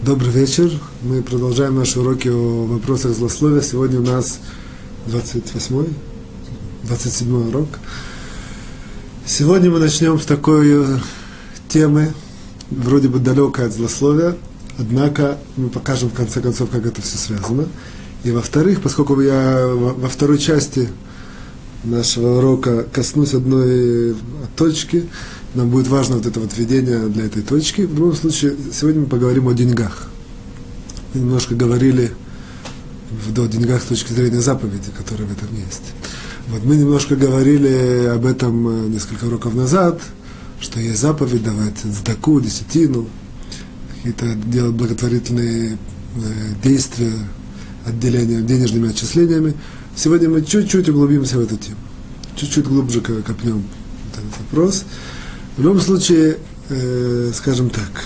Добрый вечер. Мы продолжаем наши уроки о вопросах злословия. Сегодня у нас 27-й урок. Сегодня мы начнем с такой темы, вроде бы далекой от злословия, однако мы покажем в конце концов, как это все связано. И во-вторых, поскольку я во второй части нашего урока коснусь одной точки, нам будет важно вот это вот введение для этой точки. В любом случае, сегодня мы поговорим о деньгах. Мы немножко говорили о деньгах с точки зрения заповеди, которые в этом есть. Вот мы немножко говорили об этом несколько уроков назад, что есть заповедь давать цдаку, десятину, какие-то делать благотворительные действия, отделения денежными отчислениями. Сегодня мы чуть-чуть углубимся в эту тему, чуть-чуть глубже копнем этот вопрос. В любом случае, скажем так,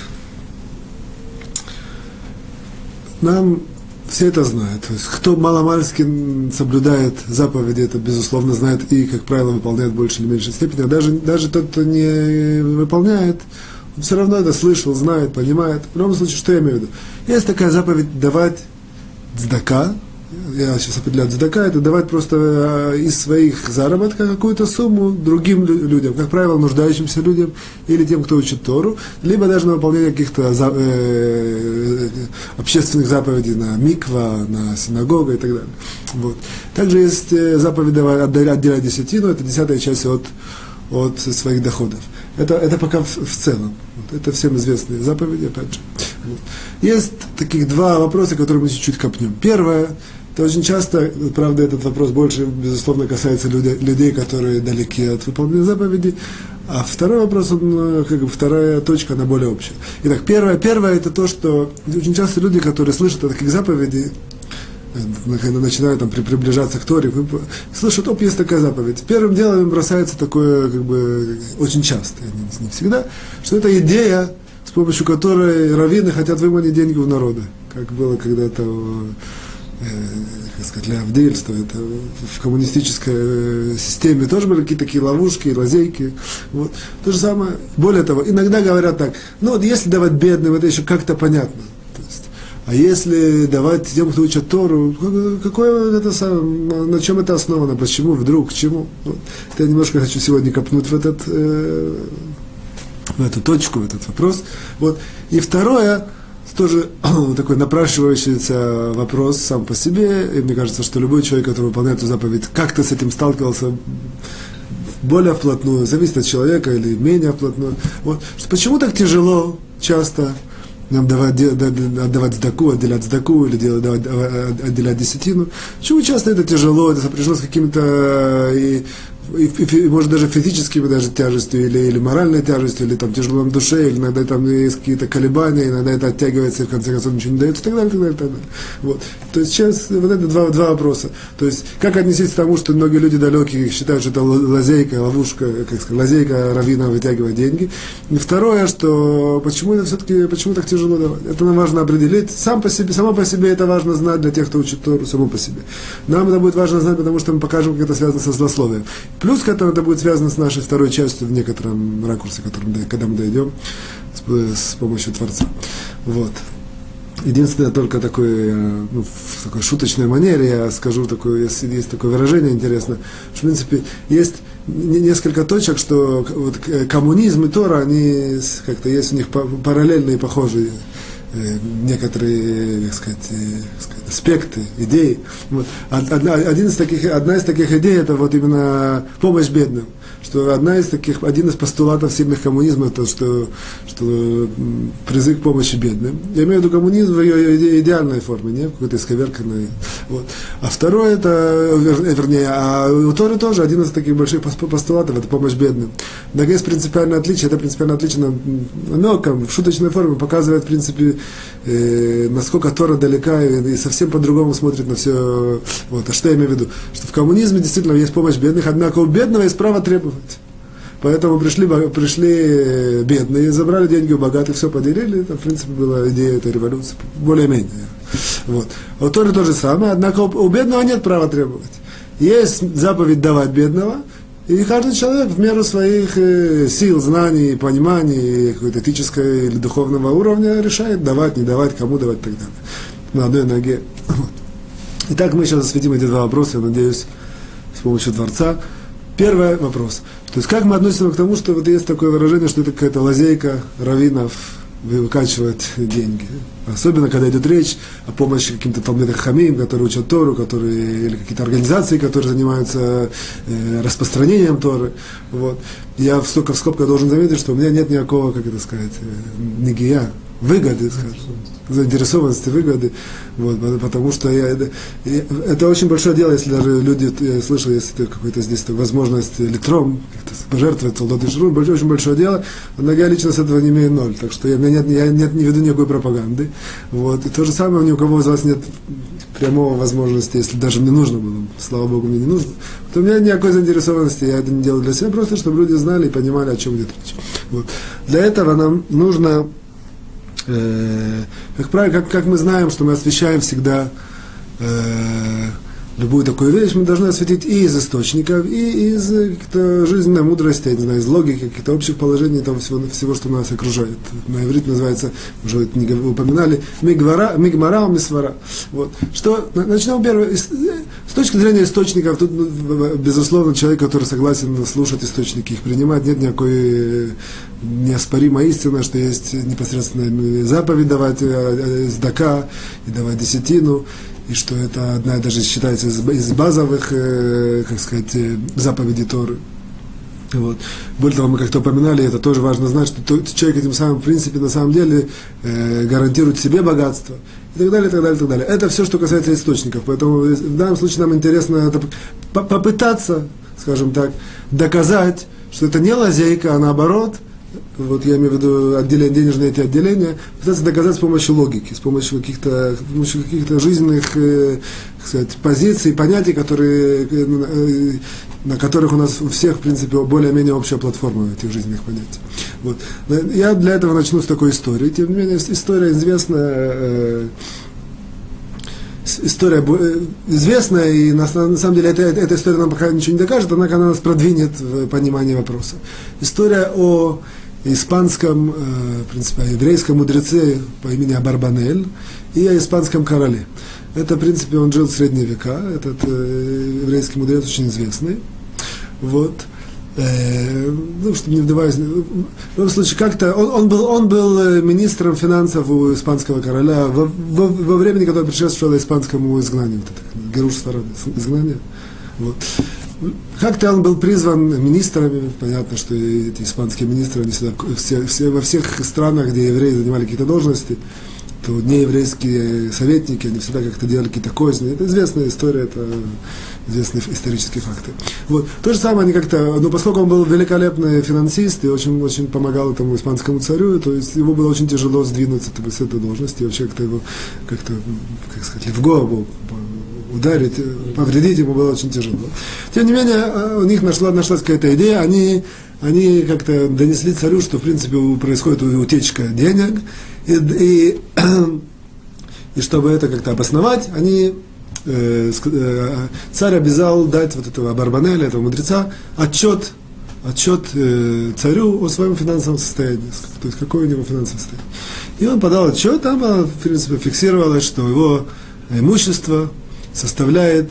нам все это знают. То есть, кто маломальски соблюдает заповеди, это, безусловно, знает и, как правило, выполняет в большей или меньшей степени. А даже тот, кто не выполняет, он все равно это слышал, знает, понимает. В любом случае, что я имею в виду? Есть такая заповедь давать цдака. Я сейчас определяю цдака, это давать просто из своих заработков какую-то сумму другим людям, как правило, нуждающимся людям или тем, кто учит Тору, либо даже на выполнение каких-то общественных заповедей на миква, на синагогу и так далее. Вот. Также есть заповедь отделять десятину, это 10-я часть от своих доходов. Это пока в целом. Вот. Это всем известные заповеди, опять же. Вот. Есть таких два вопроса, которые мы чуть-чуть копнем. Первое, это очень часто, правда, этот вопрос больше, безусловно, касается людей, которые далеки от выполнения заповедей. А второй вопрос, вторая точка, она более общая. Итак, первое это то, что очень часто люди, которые слышат о таких заповедях, когда начинают приближаться к Торе, слышат, есть такая заповедь. Первым делом им бросается такое, очень часто, не всегда, что это идея, с помощью которой раввины хотят выманить деньги у народа. Как было когда-то леавдиль, это в коммунистической системе тоже были какие-то такие ловушки, лазейки. Вот. То же самое. Более того, иногда говорят так, если давать бедным, это еще как-то понятно. А если давать тем, кто учат Тору, на чем это основано, почему, вдруг, к чему? Вот. Я немножко хочу сегодня копнуть в эту точку, в этот вопрос. Вот. И второе, тоже такой напрашивающийся вопрос сам по себе, и мне кажется, что любой человек, который выполняет эту заповедь, как-то с этим сталкивался более вплотную, зависит от человека или менее вплотную. Вот. Почему так тяжело часто нам отдавать цдаку, отделять цдаку или отделять десятину? Почему часто это тяжело, это сопряжено с какими-то и может даже физическими даже тяжестью, или моральной тяжестью, или тяжело на душе, или иногда есть какие-то колебания, иногда это оттягивается, и в конце концов ничего не дается, и так далее, и так далее, и так далее. Вот. То есть сейчас вот это два вопроса. То есть, как отнестись к тому, что многие люди далекие считают, что это лазейка, ловушка, лазейка раввина вытягивать деньги. И второе, что почему так тяжело давать. Это нам важно определить. Само по себе это важно знать для тех, кто учит Тору, само по себе. Нам это будет важно знать, потому что мы покажем, как это связано со злословием. Плюс к этому это будет связано с нашей второй частью в некотором ракурсе, когда мы дойдем с помощью Творца. Вот. Единственное, только в такой шуточной манере я скажу, есть такое выражение интересное, что, в принципе, есть несколько точек, что коммунизм и Тора, они как-то есть у них параллельные, похожие некоторые, аспекты, идеи. Вот. Одна из таких идей, это именно помощь бедным. Что один из постулатов сильных коммунизма, то, что призыв к помощи бедным. Я имею в виду коммунизм в ее идеальной форме, не в какой-то исковерканной. Вот. А второе, а у Торы тоже один из таких больших постулатов, это помощь бедным. Но есть принципиальное отличие, намеком, в шуточной форме показывает, в принципе, насколько Тора далека и совсем по-другому смотрит на все. Вот. А что я имею в виду? Что в коммунизме действительно есть помощь бедных, однако у бедного есть право требовать. Поэтому пришли бедные, забрали деньги у богатых, все поделили. Это, в принципе, была идея этой революции. Более-менее. Вот. А у Торы то же самое, однако у бедного нет права требовать. Есть заповедь давать бедного, И каждый человек в меру своих сил, знаний, пониманий, какого-то этического или духовного уровня решает давать, не давать, кому давать и так далее. На одной ноге. Вот. Итак, мы сейчас осветим эти два вопроса, я надеюсь, с помощью Творца. Первый вопрос. То есть, как мы относимся к тому, что вот есть такое выражение, что это какая-то лазейка раввинов выкачивать деньги. Особенно, когда идет речь о помощи каким-то талмидам хамим, которые учат Тору, или какие-то организации, которые занимаются распространением Торы. Вот. Я в скобках должен заметить, что у меня нет никакого, как это сказать, нигия, выгоды, скажем, заинтересованности, выгоды, вот, потому что это очень большое дело, если даже люди, я слышал, если какой-то здесь возможность электрон как-то пожертвовать солдаты Шрун, очень большое дело, но я лично с этого не имею ноль, так что я не веду никакой пропаганды, вот, и то же самое, ни у кого из вас нет прямого возможности, если даже мне нужно было, слава Богу, мне не нужно, то у меня никакой заинтересованности, я это не делаю для себя, просто чтобы люди знали и понимали, о чем идет речь. Вот. Для этого нам нужно как мы знаем, что мы освещаем всегда любую такую вещь, мы должны осветить и из источников, и из каких-то жизненной мудрости, я не знаю, из логики, каких-то общих положений, того всего, что нас окружает. На иврите называется, уже это не упоминали, мигмара, мисвара. Вот. Что, начнем первое. С точки зрения источников, тут, безусловно, человек, который согласен слушать источники, их принимать, нет никакой неоспоримой истины, что есть непосредственно заповедь давать здака и давать десятину, и что это одна даже считается из базовых, как сказать, заповедей Торы. Вот. Более того, мы как-то упоминали, это тоже важно знать, что человек этим самым, в принципе, на самом деле гарантирует себе богатство. И так далее, и так далее, и так далее. Это все, что касается источников. Поэтому в данном случае нам интересно это попытаться, скажем так, доказать, что это не лазейка, а наоборот, вот я имею в виду денежные эти отделения, пытаться доказать с помощью логики, с помощью каких-то жизненных, так сказать, позиций, понятий, на которых у нас у всех, в принципе, более-менее общая платформа этих жизненных понятий. Вот. Я для этого начну с такой истории. Тем не менее, история известная, и на самом деле эта история нам пока ничего не докажет, однако она нас продвинет в понимании вопроса. История о испанском, в принципе, о еврейском мудреце по имени Абарбанель и о испанском короле. Это, в принципе, он жил в средние века, этот еврейский мудрец очень известный. Вот. Чтобы не вдаваясь, в любом случае, как-то он был министром финансов у испанского короля во времени, которое предшествовало испанскому изгнанию, Геруш Сфарад, изгнание. Вот. Как-то он был призван министрами, понятно, что эти испанские министры, они всегда, во всех странах, где евреи занимали какие-то должности, то нееврейские советники, они всегда как-то делали какие-то козни. Это известная история, это известные исторические факты. Вот. То же самое они как-то, поскольку он был великолепный финансист и очень, очень помогал этому испанскому царю, то есть его было очень тяжело сдвинуться с этой должности, и вообще как-то его, как сказать, в голову ударить, повредить ему было очень тяжело. Тем не менее, у них нашлась какая-то идея, они как-то донесли царю, что в принципе происходит утечка денег, и чтобы это как-то обосновать, царь обязал дать вот этого Барбанеля, этого мудреца, отчет царю о своем финансовом состоянии, то есть какое у него финансовое состояние. И он подал отчет, там, в принципе, фиксировалось, что его имущество составляет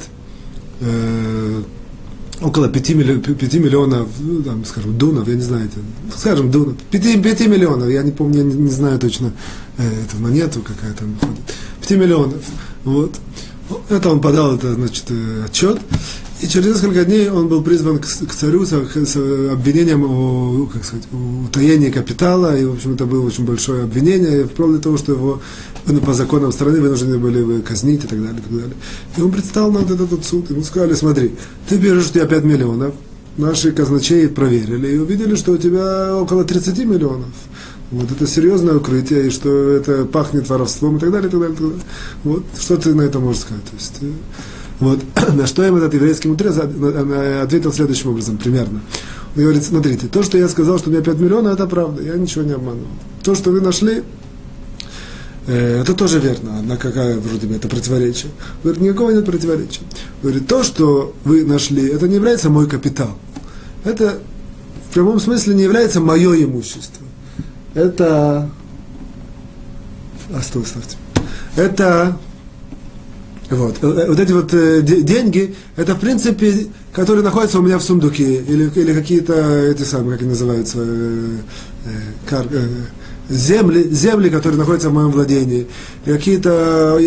около 5 миллионов, там, скажем, дунов, я не знаю, скажем, дунов, 5 миллионов, я не помню, не знаю точно эту монету, какая там ходит, 5 миллионов, вот. Это он подал, отчет, и через несколько дней он был призван к царю с обвинением о утаении капитала, и, в общем, это было очень большое обвинение, вплоть до того, что его по законам страны вынуждены были казнить и так далее, и так далее. И он предстал на этот суд, ему сказали: смотри, ты берешь у тебя 5 миллионов, наши казначеи проверили и увидели, что у тебя около 30 миллионов. Вот это серьезное укрытие, и что это пахнет воровством и так далее, и так далее, и так далее. Вот, что ты на это можешь сказать? То есть, вот, на что им этот еврейский мудрец ответил следующим образом, примерно. Он говорит: смотрите, то, что я сказал, что у меня 5 миллионов, это правда, я ничего не обманывал. То, что вы нашли, это тоже верно, однако какая вроде бы это противоречие. Говорит: никакого нет противоречия. Говорит: то, что вы нашли, это не является мой капитал. это в прямом смысле не является мое имущество. Это... Оставьте. Это... Вот эти вот деньги, это в принципе, которые находятся у меня в сундуке, или какие-то, эти самые, как они называются, земли, которые находятся в моем владении, какие-то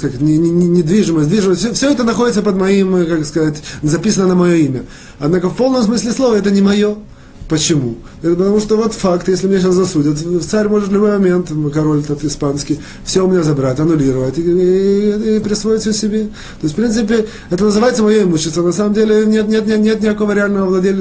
недвижимость, все это находится под моим, как сказать, записано на мое имя. Однако в полном смысле слова это не мое. Почему? Это потому что вот факт, если меня сейчас засудят, царь может в любой момент, король этот испанский, все у меня забрать, аннулировать и присвоить все себе. То есть, в принципе, это называется мое имущество. На самом деле нет никакого реального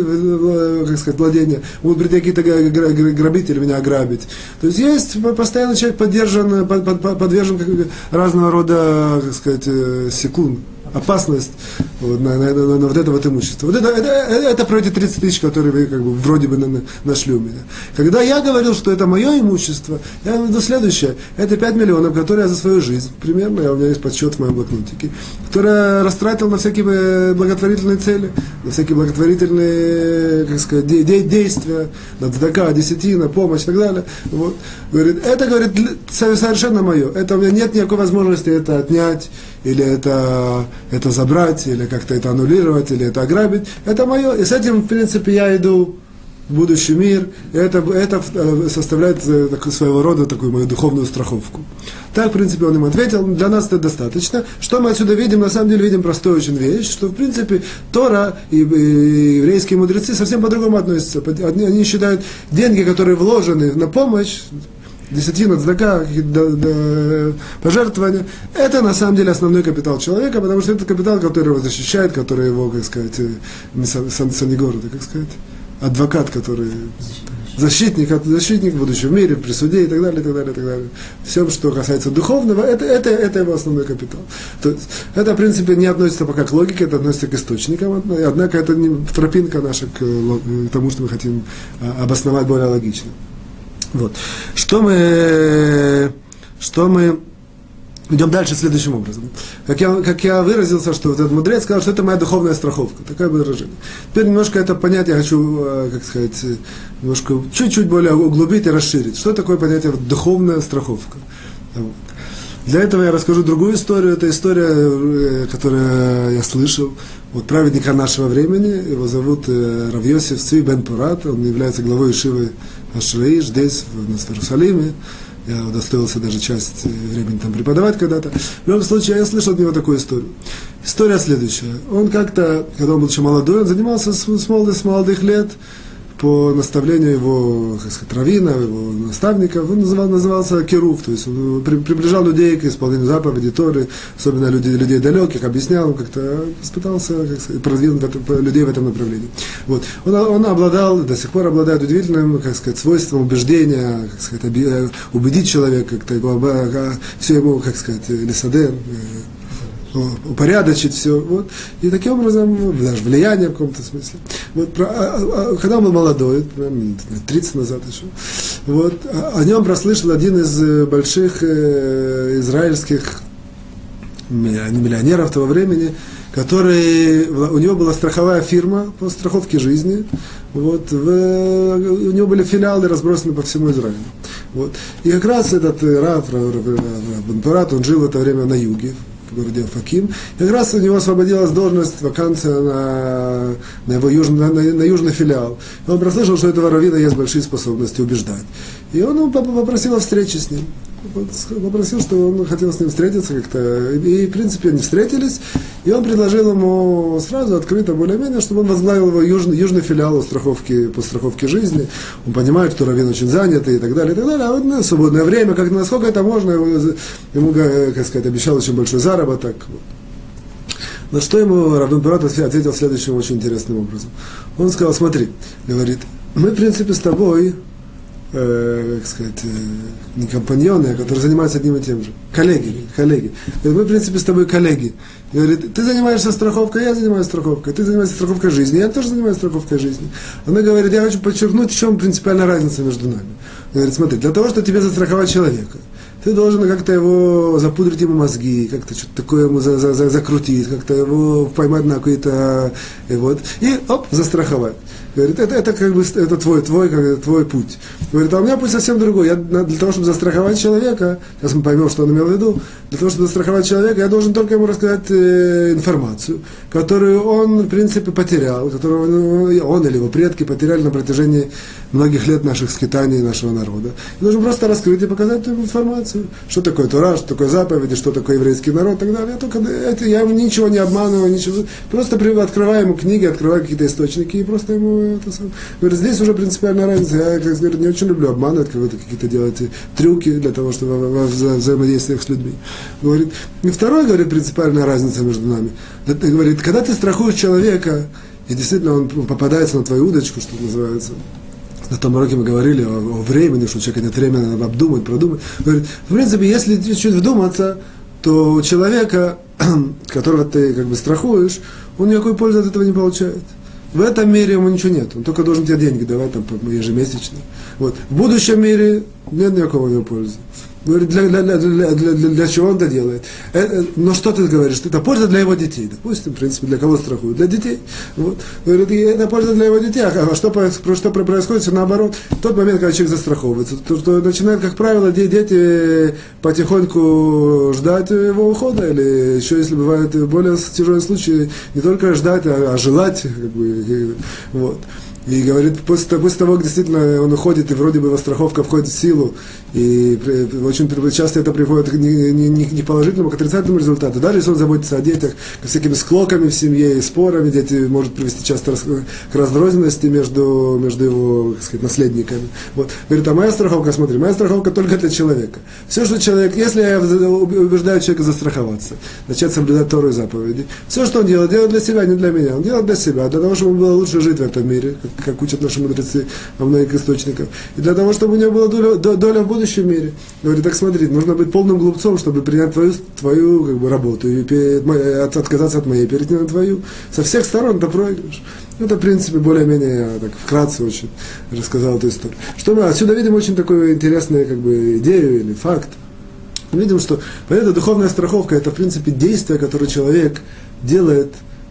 владения. Будут прийти какие-то грабители меня ограбить. То есть постоянно человек подвержен разного рода, как сказать, секунд. Опасность вот, на вот это вот имущество. Вот это про эти 30 тысяч, которые вы как бы вроде бы нашли у меня. Когда я говорил, что это мое имущество, я имею в виду следующее. Это 5 миллионов, которые я за свою жизнь, примерно, у меня есть подсчет в моем блокнотике, которые я растратил на всякие благотворительные цели, на всякие благотворительные, как сказать, действия, на цдака, десятина, помощь и так далее. Вот. Говорит, это, говорит, совершенно мое. Это у меня нет никакой возможности это отнять, или это забрать, или как-то это аннулировать, или это ограбить. Это мое. И с этим, в принципе, я иду в будущий мир. И это составляет своего рода такую мою духовную страховку. Так, в принципе, он им ответил. Для нас это достаточно. Что мы отсюда видим? На самом деле видим простую очень вещь, что, в принципе, Тора и еврейские мудрецы совсем по-другому относятся. Они считают деньги, которые вложены на помощь, десятина, цдака, пожертвования, это на самом деле основной капитал человека, потому что это капитал, который его защищает, который его, как сказать, санигор, как сказать, адвокат, который защитник в будущем мире, при суде и так далее, и так далее, и так далее. Все, что касается духовного, это его основной капитал. То есть, это, в принципе, не относится пока к логике, это относится к источникам, однако это не тропинка наша к тому, что мы хотим обосновать более логично. Вот. Что мы идем дальше следующим образом. Как я выразился, что вот этот мудрец сказал, что это моя духовная страховка. Такое выражение. Теперь немножко это понятие я хочу, как сказать, немножко чуть-чуть более углубить и расширить. Что такое понятие духовная страховка? Вот. Для этого я расскажу другую историю. Это история, которую я слышал от праведника нашего времени. Его зовут Рав Йосеф Цви бен Порат. Он является главой ешивы Ашраи здесь, в Иерусалиме. Я удостоился даже часть времени там преподавать когда-то. В любом случае, я слышал от него такую историю. История следующая. Он как-то, когда он был еще молодой, он занимался с молодых лет по наставлению его, как сказать, раввина, его наставника. Он назывался Керув, то есть он приближал людей к исполнению заповедей Торы, особенно людей далеких, объяснял, как-то пытался, как сказать, продвинуть людей в этом направлении. Вот. Он обладал, до сих пор обладает удивительным, как сказать, свойством убеждения, как сказать, убедить человека, как-то все ему, как сказать, лесадер, упорядочить все. Вот. И таким образом, даже влияние в каком-то смысле. Вот, когда он был молодой, 30 назад еще, вот, о нем прослышал один из больших израильских миллионеров того времени, у него была страховая фирма по страховке жизни. Вот, у него были филиалы разбросаны по всему Израилю. Вот. И как раз этот Рав бен Порат, он жил в это время на юге, в городе Офаким. И как раз у него освободилась должность, вакансия на его южный филиал. И он прослышал, что у этого раввина есть большие способности убеждать. И он попросил о встрече с ним. Попросил, что он хотел с ним встретиться как-то. И, в принципе, они встретились. И он предложил ему сразу, открыто, более-менее, чтобы он возглавил его южный филиал по страховке жизни. Он понимает, что раввин очень занят и так далее, и так далее. А вот на свободное время, насколько это можно, ему, как сказать, обещал очень большой заработок. На что ему Рав бен Порат ответил следующим очень интересным образом. Он сказал, смотри, говорит, мы, в принципе, с тобой, как сказать, не компаньоны, а которые занимаются одним и тем же. Коллеги. Мы, в принципе, с тобой коллеги. И говорит, ты занимаешься страховкой, я занимаюсь страховкой. Ты занимаешься страховкой жизни, я тоже занимаюсь страховкой жизни. Она говорит, я хочу подчеркнуть, в чем принципиальная разница между нами. Она говорит, смотри, для того, чтобы тебе застраховать человека, ты должен как-то его запудрить ему мозги, как-то что-то такое ему закрутить, как-то его поймать на какой-то, и застраховать. Говорит, это как бы это твой путь. Говорит, а у меня путь совсем другой. Для того, чтобы застраховать человека, сейчас мы поймем, что он имел в виду, для того, чтобы застраховать человека, я должен только ему рассказать информацию, которую он, в принципе, потерял, которую он или его предки потеряли на протяжении многих лет наших скитаний нашего народа. Я должен просто раскрыть и показать эту информацию. Что такое Тора, что такое заповеди, что такое еврейский народ и так далее. Я ему ничего не обманываю, ничего. Просто открываю ему книги, открываю какие-то источники и просто ему говорит, здесь уже принципиальная разница. Я, как говорит, не очень люблю обманывать, как вы какие-то делаете трюки для того, чтобы во взаимодействиях с людьми. Говорит, и второе, говорит, принципиальная разница между нами. Говорит, когда ты страхуешь человека, и действительно он попадается на твою удочку, что называется. На том уроке мы говорили о времени, что у человека нет времени, надо обдумать, продумать. Говорит, в принципе, если чуть вдуматься, то у человека, которого ты как бы страхуешь, он никакой пользы от этого не получает. В этом мире ему ничего нет, он только должен тебе деньги давать там, ежемесячно. Вот. В будущем мире нет никакого у него пользы. Говорит, для чего он это делает? Но что ты говоришь? Это польза для его детей. Допустим, в принципе, для кого страхуют? Для детей. Вот. Говорит, это польза для его детей. А что происходит? Все наоборот. В тот момент, когда человек застраховывается, то начинают, как правило, дети потихоньку ждать его ухода. Или еще, если бывают более тяжелые случаи, не только ждать, а желать. Как бы, вот. И говорит, после того, как действительно он уходит, и вроде бы его страховка входит в силу, и очень часто это приводит не к положительному, а к отрицательному результату. Даже если он заботится о детях, к всякими склоками в семье и спорами, дети может привести часто к разрозненности между его, так сказать, наследниками. Вот. Говорит, а моя страховка, смотри, моя страховка только для человека. Все, что человек, если я убеждаю человека застраховаться, начать соблюдать Тору и заповеди, все, что он делает для себя, не для меня. Он делает для себя, для того, чтобы ему было лучше жить в этом мире, как учат наши мудрецы во многих источниках. И для того, чтобы у него была доля в будущем мире. Говорит, так смотри, нужно быть полным глупцом, чтобы принять твою как бы, работу и отказаться от моей, перейти на твою. Со всех сторон это проигрыш. Это, в принципе, более-менее, я так вкратце очень рассказал эту историю. Что мы отсюда видим очень такую интересную как бы, идею или факт. Мы видим, что понятно, духовная страховка это, в принципе, действие, которое человек делает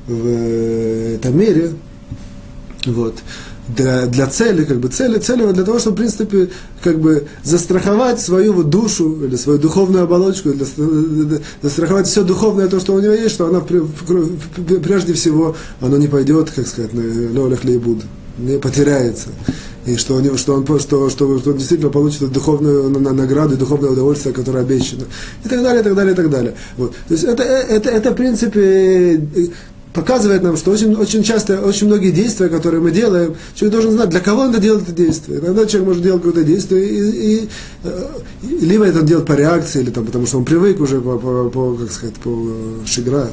в этом мире, вот, для цели, как бы цели для того, чтобы, в принципе, как бы застраховать свою вот душу или свою духовную оболочку, застраховать все духовное, то, что у него есть, что оно прежде всего оно не пойдет, как сказать, лёлях лейбуд, не потеряется. И что он действительно получит духовную награду и духовное удовольствие, которое обещано. И так далее, и так далее, и так далее. Вот. То есть это, в принципе, показывает нам, что очень часто, очень многие действия, которые мы делаем, человек должен знать, для кого он это делает это действие. Иногда человек может делать какое-то действие, и либо это он делает по реакции, или там, потому что он привык уже по как сказать, по шигра,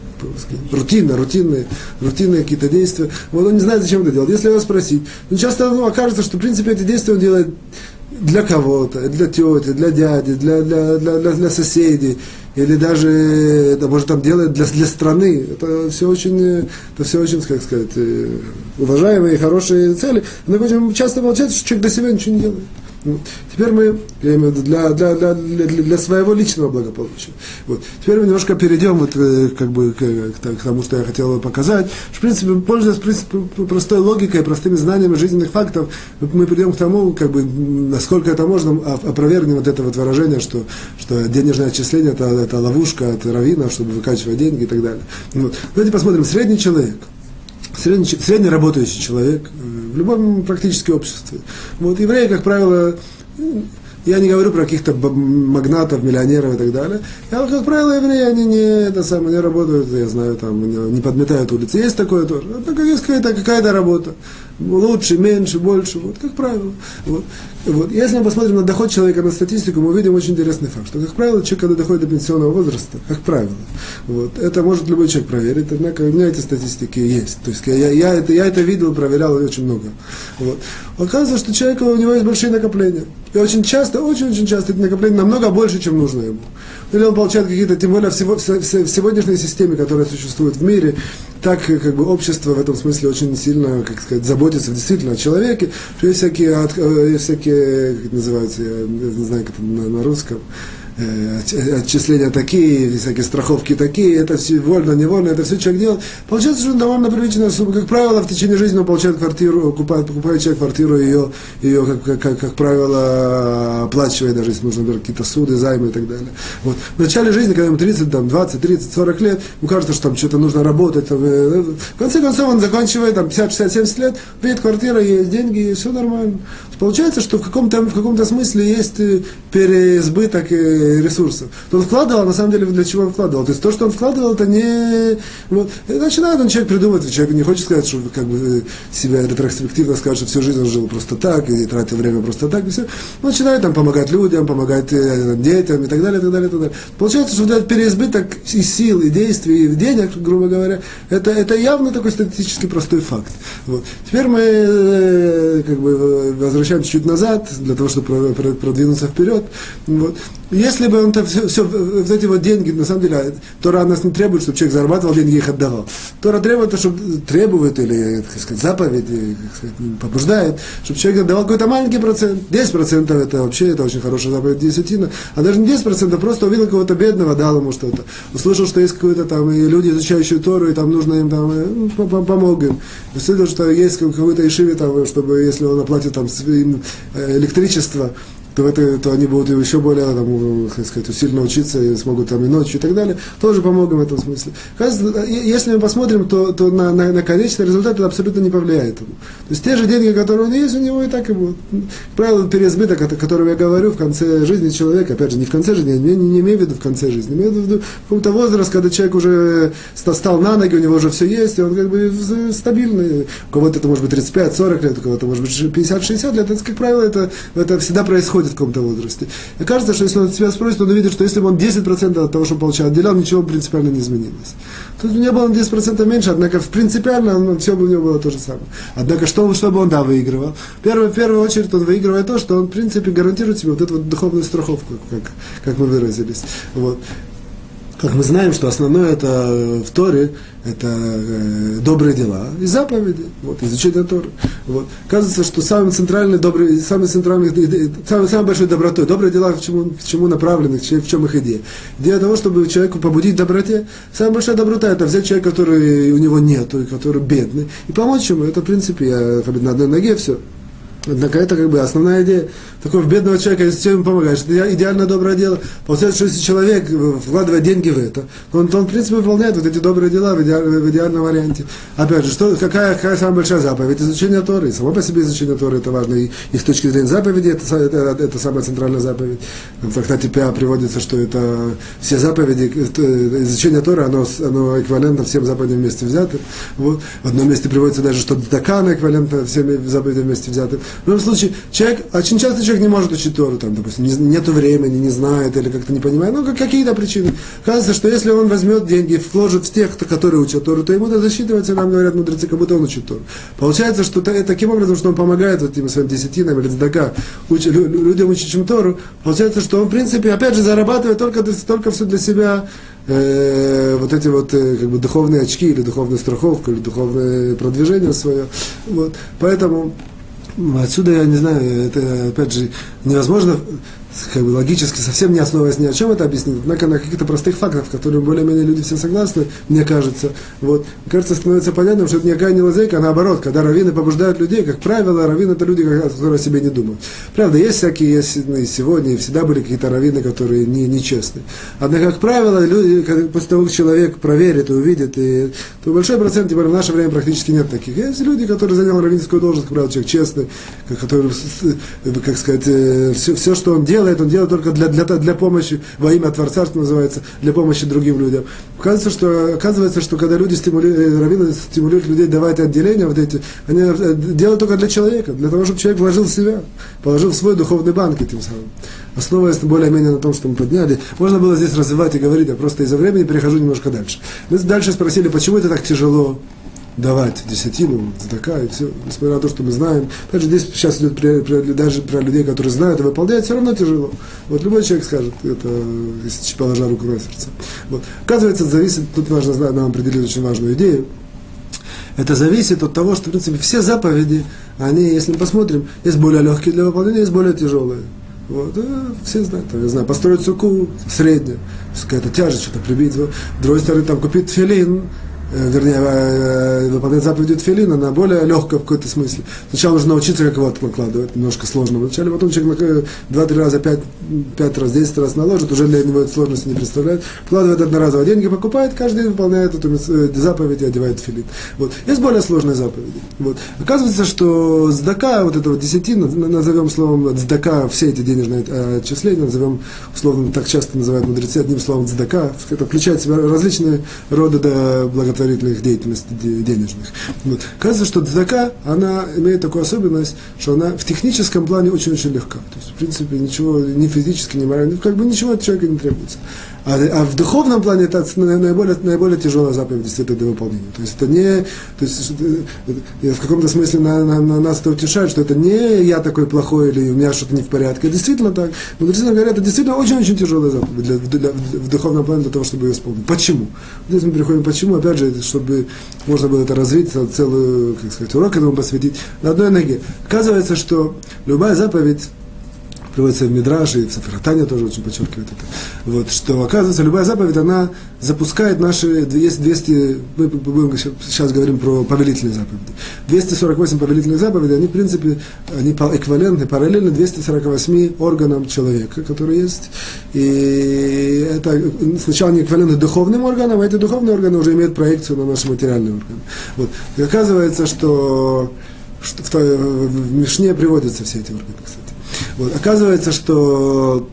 рутинные какие-то действия. Вот он не знает, зачем это делать. Если его спросить, часто окажется, что в принципе эти действия он делает для кого-то, для тети, для дяди, для соседей, или даже, это может там делать для страны. Это все очень, как сказать, уважаемые и хорошие цели. Но очень часто получается, что человек для себя ничего не делает. Теперь мы, я имею в виду, для своего личного благополучия. Вот. Теперь мы немножко перейдем вот, как бы, к тому, что я хотел показать. Что, в принципе, пользуясь простой логикой, простыми знаниями жизненных фактов, мы придем к тому, как бы, насколько это можно, опровергнем вот это вот выражение, что денежное отчисление это ловушка от раввинов, чтобы выкачивать деньги и так далее. Вот. Давайте посмотрим, средний человек. Средний работающий человек в любом практически обществе. Вот евреи, как правило, я не говорю про каких-то магнатов, миллионеров и так далее. Как правило, евреи, они не работают, я знаю, там, не подметают улицы. Есть такое тоже. Есть какая-то работа. Лучше, меньше, больше, вот, как правило. Вот. Если мы посмотрим на доход человека, на статистику, мы увидим очень интересный факт, что, как правило, человек, когда доходит до пенсионного возраста, как правило, вот, это может любой человек проверить, однако у меня эти статистики есть. То есть я это видел, проверял очень много. Вот. Оказывается, что у него есть большие накопления. И очень часто эти накопления намного больше, чем нужно ему. или он получает какие-то, тем более в сегодняшней системе, которая существует в мире, так как бы общество в этом смысле очень сильно, как сказать, заботится действительно о человеке, что есть всякие, как это называется, я не знаю, как это на русском, отчисления такие, всякие страховки такие, это все вольно, невольно, это все человек делает. Получается, что он довольно приличная сумма. Как правило, в течение жизни он получает квартиру, покупает человек квартиру, ее как правило, оплачивает, даже если нужно, например, какие-то суды, займы и так далее. Вот. В начале жизни, когда ему 30, там, 20, 30, 40 лет, ему кажется, что там что-то нужно работать. Там, в конце концов, он заканчивает там, 50, 60, 70 лет, приедет квартира, есть деньги, и все нормально. Получается, что в каком-то смысле есть переизбыток ресурсов. То он вкладывал, на самом деле, для чего он вкладывал. То есть то, что он вкладывал, это не... Вот, начинает он человек придумывать, человек не хочет сказать, что как бы себя ретроспективно скажет, что всю жизнь он жил просто так, и тратил время просто так, и все. Он начинает там помогать людям, помогать детям, и так далее, и так далее, и так далее. Получается, что этот переизбыток и сил, и действий, и денег, грубо говоря, это явно такой статистически простой факт. Вот. Теперь мы как бы возвращаемся чуть назад, для того, чтобы продвинуться вперед. Вот. Если бы он все вот эти вот деньги, на самом деле, Тора от нас не требует, чтобы человек зарабатывал деньги и их отдавал. Тора требует, или, так сказать, заповедь, как сказать, побуждает, чтобы человек отдавал какой-то маленький процент. 10% это вообще, это очень хорошая заповедь, десятина. А даже не 10%, просто увидел кого-то бедного, дал ему что-то. Услышал, что есть какой-то там, и люди, изучающие Тору, и там нужно им там, помог им. Услышал, что есть какой-то ишиве, там, чтобы, если он оплатит там своим электричество, то они будут еще более, там, как сказать, усиленно учиться и смогут там и ночью и так далее, тоже помогут в этом смысле. Если мы посмотрим, то на конечный результат это абсолютно не повлияет. То есть те же деньги, которые он есть, у него и так и будут. Как правило, переизбыток, о котором я говорю, в конце жизни человека, опять же, не в конце жизни, я не имею в виду в конце жизни, имею в виду в каком-то возрасте, когда человек уже стал на ноги, у него уже все есть, и он как бы стабильный. У кого-то это может быть 35-40 лет, у кого-то может быть 50-60 лет, это, как правило, это всегда происходит в каком-то возрасте. И кажется, что если он себя спросит, он увидит, что если бы он 10% от того, что он получал, отделял, ничего принципиально не изменилось. Тут у него было на 10% меньше, однако принципиально все бы у него было то же самое. Однако что бы он, да, выигрывал? В первую очередь он выигрывает то, что он, в принципе, гарантирует себе вот эту вот духовную страховку, как мы выразились. Вот. Как мы знаем, что основное это в Торе, это добрые дела и заповеди, вот, изучение Торы. Вот. Оказывается, что самой большой добротой, добрые дела к чему направлены, в чем их идея? Идея того, чтобы человеку побудить к доброте. Самая большая доброта это взять человека, который у него нету, и который бедный, и помочь ему. Это, в принципе, на одной ноге все. Однако это как бы основная идея. Такого бедного человека, если ему помогаешь, это идеальное доброе дело. Получается, что если человек вкладывает деньги в это, то он в принципе, выполняет вот эти добрые дела в идеальном варианте. Опять же, какая самая большая заповедь? Изучение Торы. Само по себе изучение Торы это важно. И с точки зрения заповеди это самая центральная заповедь. В трактате Пеа приводится, что это все заповеди, изучение Торы, оно эквивалентно всем заповедям вместе взятым. Вот. В одном месте приводится даже, что Дакана эквивалентно всем заповедям вместе взятым. В любом случае, очень часто человек не может учить Тору, там, допустим, нету времени, не знает или как-то не понимает, какие-то причины. Кажется, что если он возьмет деньги и вложит в тех, которые учат Тору, то ему это засчитывается, нам говорят мудрецы, как будто он учит Тору. Получается, что таким образом, что он помогает вот этим своим десятинам или цдака людям учащим Тору, получается, что он, в принципе, опять же, зарабатывает только все для себя, вот эти вот как бы духовные очки, или духовную страховку, или духовное продвижение свое. Вот. Поэтому отсюда, я не знаю, это, опять же, невозможно, как бы логически, совсем не основываясь ни о чем это объяснить, однако на каких-то простых фактах, которые более-менее люди все согласны, мне кажется. Вот. Кажется, становится понятным, что это никакая не лазейка, а наоборот, когда раввины побуждают людей, как правило, раввины это люди, которые о себе не думают. Правда, есть всякие, есть и сегодня, и всегда были какие-то раввины, которые нечестные. Однако, как правило, люди, после того, как человек проверит и увидит, то большой процент, тем более в наше время практически нет таких. Есть люди, которые заняли раввинскую должность, как правило, человек честный, который, как сказать, все, что он делает только для помощи, во имя Творца, что называется, для помощи другим людям. Оказывается, что когда люди раввины стимулируют людей давать отделения, вот эти, они делают только для человека, для того, чтобы человек вложил в себя, положил в свой духовный банк этим самым. Основываясь более-менее на том, что мы подняли, можно было здесь развивать и говорить, а просто из-за времени перехожу немножко дальше. Мы дальше спросили, почему это так тяжело давать десятину, цдака и все, несмотря на то, что мы знаем. Опять же, здесь сейчас идет даже про людей, которые знают и выполняют, все равно тяжело. Вот любой человек скажет, это, если положа руку на сердце. Вот. Оказывается, это зависит, тут важно знать, нам определить очень важную идею. Это зависит от того, что, в принципе, все заповеди, они, если мы посмотрим, есть более легкие для выполнения, есть более тяжелые. Вот, все знают, там, я знаю, построить суку среднюю, какая-то тяжесть, что-то прибить. С другой стороны, там, купить тфилин, вернее, выполнять заповедь тфилина, она более легкая в какой-то смысле. Сначала нужно научиться, как его откладывать, немножко сложно вначале, потом человек 2-3 раза, 5 раз, 10 раз наложит, уже для него это сложности не представляет, вкладывает одноразово деньги, покупает, каждый день выполняет эту заповедь и одевает тфилин. Вот. Есть более сложные заповеди. Вот. Оказывается, что цдака, вот этого десятина, назовем словом цдака все эти денежные отчисления, назовем, условно, так часто называют мудрецы одним словом цдака, это включает в себя различные роды благотворительных деятельности денежных. Вот. Кажется, что цдака, она имеет такую особенность, что она в техническом плане очень-очень легка. То есть, в принципе, ничего, ни физически, ни морально, как бы ничего от человека не требуется. А в духовном плане это наиболее тяжелая заповедь действительно для выполнения. То есть это не, то есть в каком-то смысле нас это утешает, что это не я такой плохой или у меня что-то не в порядке. Это действительно так. Но действительно говорят, это действительно очень-очень тяжелая заповедь в духовном плане для того, чтобы ее исполнить. Почему? Здесь мы переходим почему, опять же, чтобы можно было это развить, целый, как сказать, урок этому посвятить. На одной ноге. Оказывается, что любая заповедь, приводится в Мидраш, и в Сефер Тания тоже очень подчеркивает это. Вот, что, оказывается, любая заповедь, она запускает наши, есть 200, мы будем сейчас говорим про повелительные заповеди. 248 повелительных заповедей, они, в принципе, они эквивалентны, параллельны 248 органам человека, которые есть. И это сначала они эквивалентны духовным органам, а эти духовные органы уже имеют проекцию на наши материальные органы. Вот. И оказывается, что в Мишне приводятся все эти органы, кстати. Вот. Оказывается, что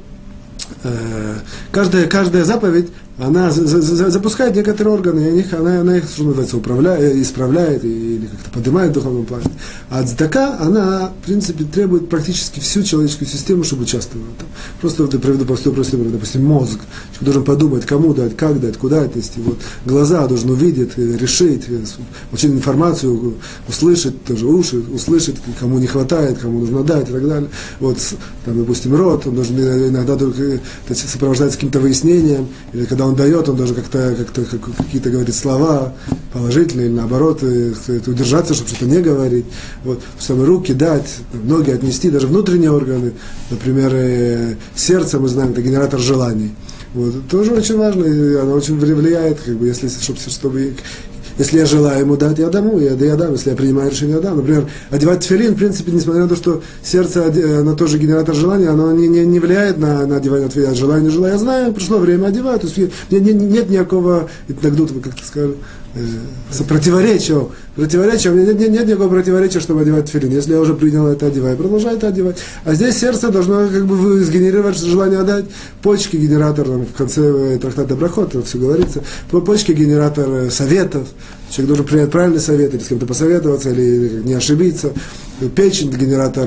каждая заповедь, она запускает некоторые органы, и она их, что называется, исправляет или как-то поднимает в духовном плане. А цдака, она, в принципе, требует практически всю человеческую систему, чтобы участвовать. Просто вот я приведу простой пример, допустим, мозг. Человек должен подумать, кому дать, как дать, куда отнести. Вот. Глаза должен увидеть, решить, получить информацию, услышать, тоже уши, услышать, кому не хватает, кому нужно дать и так далее. Вот, там, допустим, рот, он должен иногда только сопровождаться каким-то выяснением, или когда он дает, он должен как-то какие-то говорить слова положительные или наоборот, удержаться, чтобы что-то не говорить. Вот, самые руки дать, ноги отнести, даже внутренние органы, например, сердце, мы знаем, это генератор желаний. Вот, тоже очень важно, и оно очень влияет, как бы, чтобы если я желаю ему дать, я дам, если я принимаю решение, я дам. Например, одевать тфилин, в принципе, несмотря на то, что сердце, оно тоже генератор желания, оно не влияет на одевание тфилина. Желаю, не желаю, я знаю, пришло время одевать. То есть нет никакого, как-то скажем, противоречия. У меня нет никакого противоречия, чтобы одевать тфилин. Если я уже принял это, одеваю, продолжаю это одевать. А здесь сердце должно как бы сгенерировать желание отдать. Почки генератор, там, в конце трактата Брахот, все говорится, почки генератор советов. Человек должен принять правильный совет, или с кем-то посоветоваться, или не ошибиться. Печень генератор,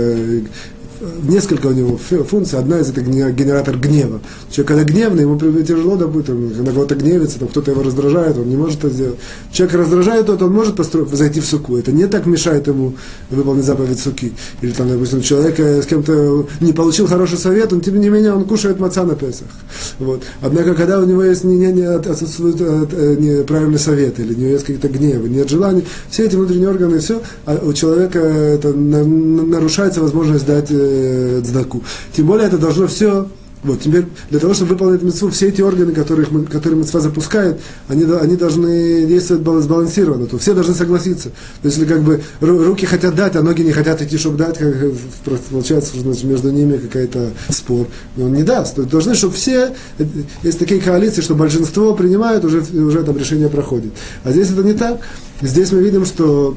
несколько у него функций, одна из это генератор гнева. Человек, когда гневный, ему тяжело добыть, когда кого-то гневится, там, кто-то его раздражает, он не может это сделать. Человек раздражает, он может зайти в суку. Это не так мешает ему выполнить заповедь суки. Или, там, допустим, человек с кем-то не получил хороший совет, он, тем не менее, он кушает маца на Песах. Вот. Однако, когда у него есть отсутствует неправильный совет, или у него есть какие-то гневы, нет желаний, все эти внутренние органы, все, а у человека это нарушается возможность дать цдаку. Тем более это должно все. Вот, теперь для того, чтобы выполнить мицву, все эти органы, которые мицва запускает, они должны действовать сбалансированно. То все должны согласиться. То есть, если как бы руки хотят дать, а ноги не хотят идти, чтобы дать, получается, что значит, между ними какой-то спор. Но он не даст. То есть, должны, чтобы все, есть такие коалиции, что большинство принимают, уже там решение проходит. А здесь это не так. Здесь мы видим, что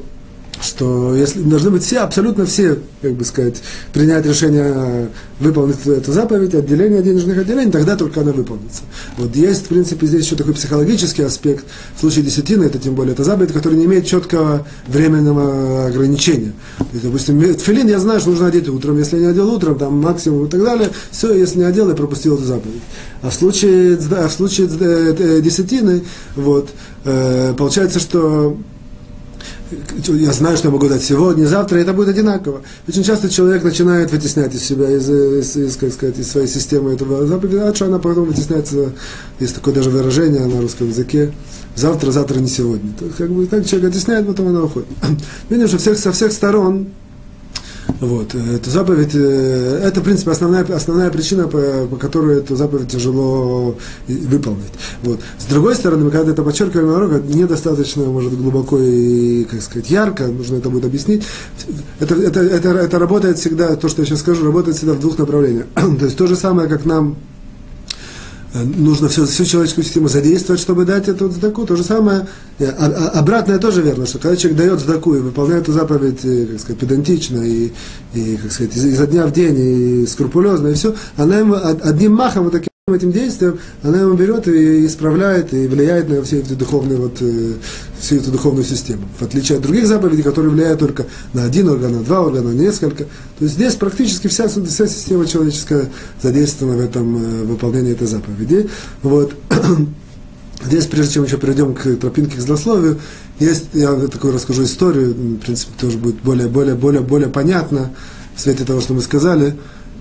если должны быть все, абсолютно все, как бы сказать, принять решение выполнить эту заповедь, отделение денежных отделений, тогда только она выполнится. Вот есть, в принципе, здесь еще такой психологический аспект. В случае десятины, это тем более, это заповедь, которая не имеет четкого временного ограничения. То есть, допустим, тфилин я знаю, что нужно одеть утром, если я не одел утром, там максимум и так далее, все, если не одел, я пропустил эту заповедь. А в случае десятины, вот, получается, что я знаю, что я могу дать сегодня, завтра, и это будет одинаково. Очень часто человек начинает вытеснять из себя, как сказать, из своей системы этого заповеди, а что она потом вытесняется, есть такое даже выражение на русском языке, завтра, завтра не сегодня. То есть, как бы так человек оттесняет, потом она уходит. Видим, что со всех сторон вот, эту заповедь, это, в принципе, основная причина, по которой эту заповедь тяжело выполнить. Вот. С другой стороны, мы когда это подчеркиваем на уроках, недостаточно, может, глубоко и, как сказать, ярко, нужно это будет объяснить. Это работает всегда, то, что я сейчас скажу, работает всегда в двух направлениях. То есть то же самое, как нам нужно всю человеческую систему задействовать, чтобы дать эту цдаку. То же самое, обратное тоже верно, что когда человек дает цдаку и выполняет эту заповедь, как сказать, педантично и как сказать, изо дня в день, и скрупулезно, и все, она ему одним махом, вот таким этим действием, она ему берет и исправляет, и влияет на все эти духовные, всю эту духовную систему. В отличие от других заповедей, которые влияют только на один орган, на два органа, на несколько. То есть здесь практически вся система человеческая задействована в этом выполнении этой заповеди. Вот. Здесь, прежде чем еще перейдем к тропинке к злословию, я такую расскажу историю, в принципе, тоже будет более понятно в свете того, что мы сказали.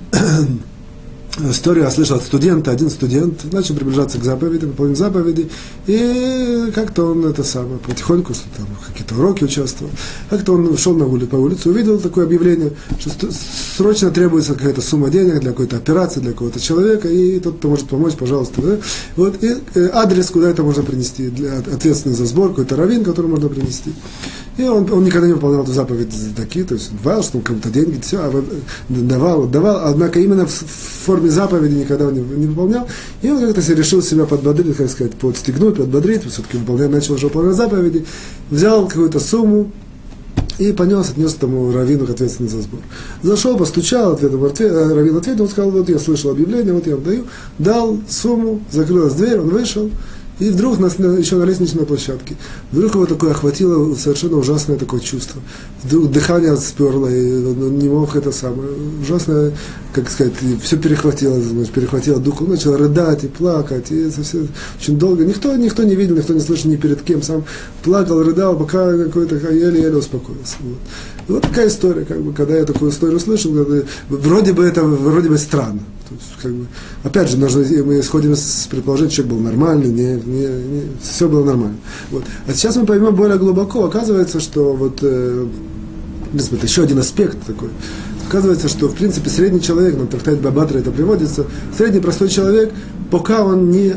Историю я слышал от студента, один студент начал приближаться к заповеди, выполнять заповеди, и как-то он потихоньку, что там какие-то уроки участвовал, как-то он шел по улице, увидел такое объявление, что срочно требуется какая-то сумма денег для какой-то операции, для какого-то человека, и тот, кто может помочь, пожалуйста. Да? Вот, и адрес, куда это можно принести, ответственный за сбор, какой-то раввин, который можно принести. И он никогда не выполнял эту заповедь такие, то есть он давал, что кому-то деньги, все, давал, однако именно в форме заповеди никогда он не выполнял, и он как-то решил себя подбодрить, как сказать, подстегнуть, подбодрить, все-таки начал уже выполнять заповеди, взял какую-то сумму и отнес тому раввину, ответственному за сбор. Зашел, постучал, раввин ответил, он сказал, вот я слышал объявление, вот я вам даю, дал сумму, закрылась дверь, он вышел. И вдруг еще на лестничной площадке, вдруг его такое охватило совершенно ужасное такое чувство. Вдруг дыхание сперло, и он не мог это самое. Ужасное, как сказать, все перехватило дух. Он начал рыдать и плакать, и это все очень долго. Никто не видел, никто не слышал ни перед кем. Сам плакал, рыдал, пока какой-то еле-еле успокоился. Вот. И вот такая история, как бы, когда я такую историю услышал, вроде бы странно. То есть, как бы, опять же, мы исходим с предположения, что человек был нормальный, все было нормально. Вот. А сейчас мы поймем более глубоко, оказывается, что это еще один аспект такой. Оказывается, что в принципе средний человек, на трактате Бабатра это приводится, средний простой человек, пока он не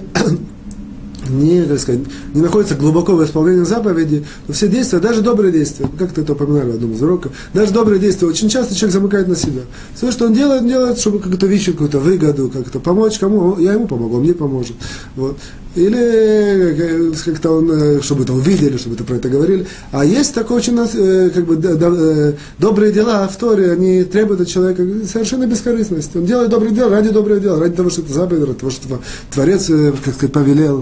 находится глубоко в исполнении заповеди, то все действия, даже добрые действия, как-то это упоминали в одном из уроков, даже добрые действия, очень часто человек замыкает на себя. Все, что он делает, чтобы как-то ищет какую-то выгоду, как-то помочь кому, я ему помогу, он мне поможет. Вот. Или как-то он, чтобы это увидели, чтобы это про это говорили. А есть такое очень, добрые дела в Торе, они требуют от человека совершенно бескорыстности. Он делает добрые дела, ради того, что это заповедь, ради того, что Творец, как сказать, повелел,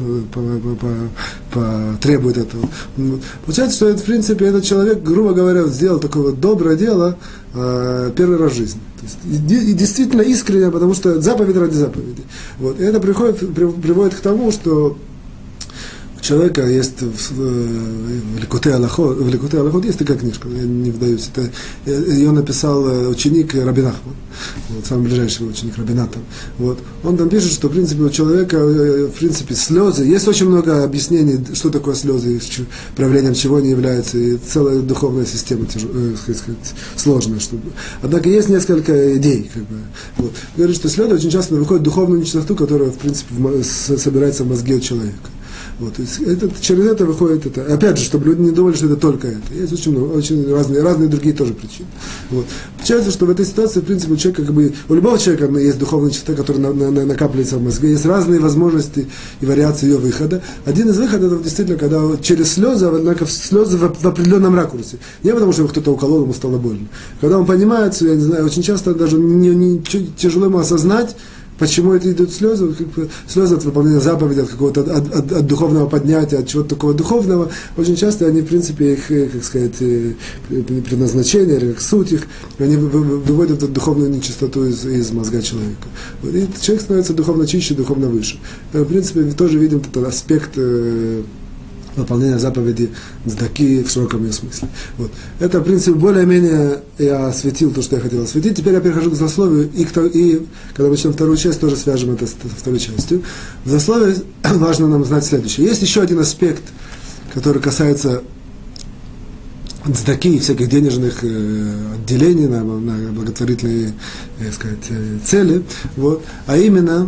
требует этого. Получается, что это, в принципе, этот человек, грубо говоря, сделал такое доброе дело первый раз в жизни. То есть, и действительно искренне, потому что заповедь ради заповеди. Вот. И это приводит к тому, что у человека есть в Ликутей Алахот есть такая книжка, я не вдаюсь, ее написал ученик Раби Нахман, самый ближайший ученик Раби Натан. Вот. Он там пишет, что в принципе у человека слезы, есть очень много объяснений, что такое слезы, проявлением чего они являются, и целая духовная система сложная. Однако есть несколько идей. Вот. Говорит, что слезы очень часто выходят в духовную нечистоту, которая в принципе собирается в мозге у человека. Вот, то есть через это выходит это. Опять же, чтобы люди не думали, что это только это. Есть очень разные другие тоже причины. Вот. Получается, что в этой ситуации, в принципе, у любого человека есть духовная чистота, которая накапливается в мозге. Есть разные возможности и вариации ее выхода. Один из выходов, это действительно, когда через слезы, однако слезы в определенном ракурсе. Не потому, что его кто-то уколол, ему стало больно. Когда он понимает, я не знаю, очень часто даже тяжело ему осознать, почему это идут слезы? Слезы от выполнения заповеди, от какого-то от духовного поднятия, от чего-то такого духовного. Очень часто они, в принципе, их, как сказать, предназначение, или как суть их, они выводят эту духовную нечистоту из мозга человека. И человек становится духовно чище, духовно выше. В принципе, мы тоже видим этот аспект выполнение заповеди цдаки в широком ее смысле. Вот. Это, в принципе, более-менее я осветил то, что я хотел осветить. Теперь я перехожу к злословию, и когда мы начнем вторую часть, тоже свяжем это с второй частью. В злословии важно нам знать следующее. Есть еще один аспект, который касается цдаки и всяких денежных отделений на благотворительные, цели, вот, а именно,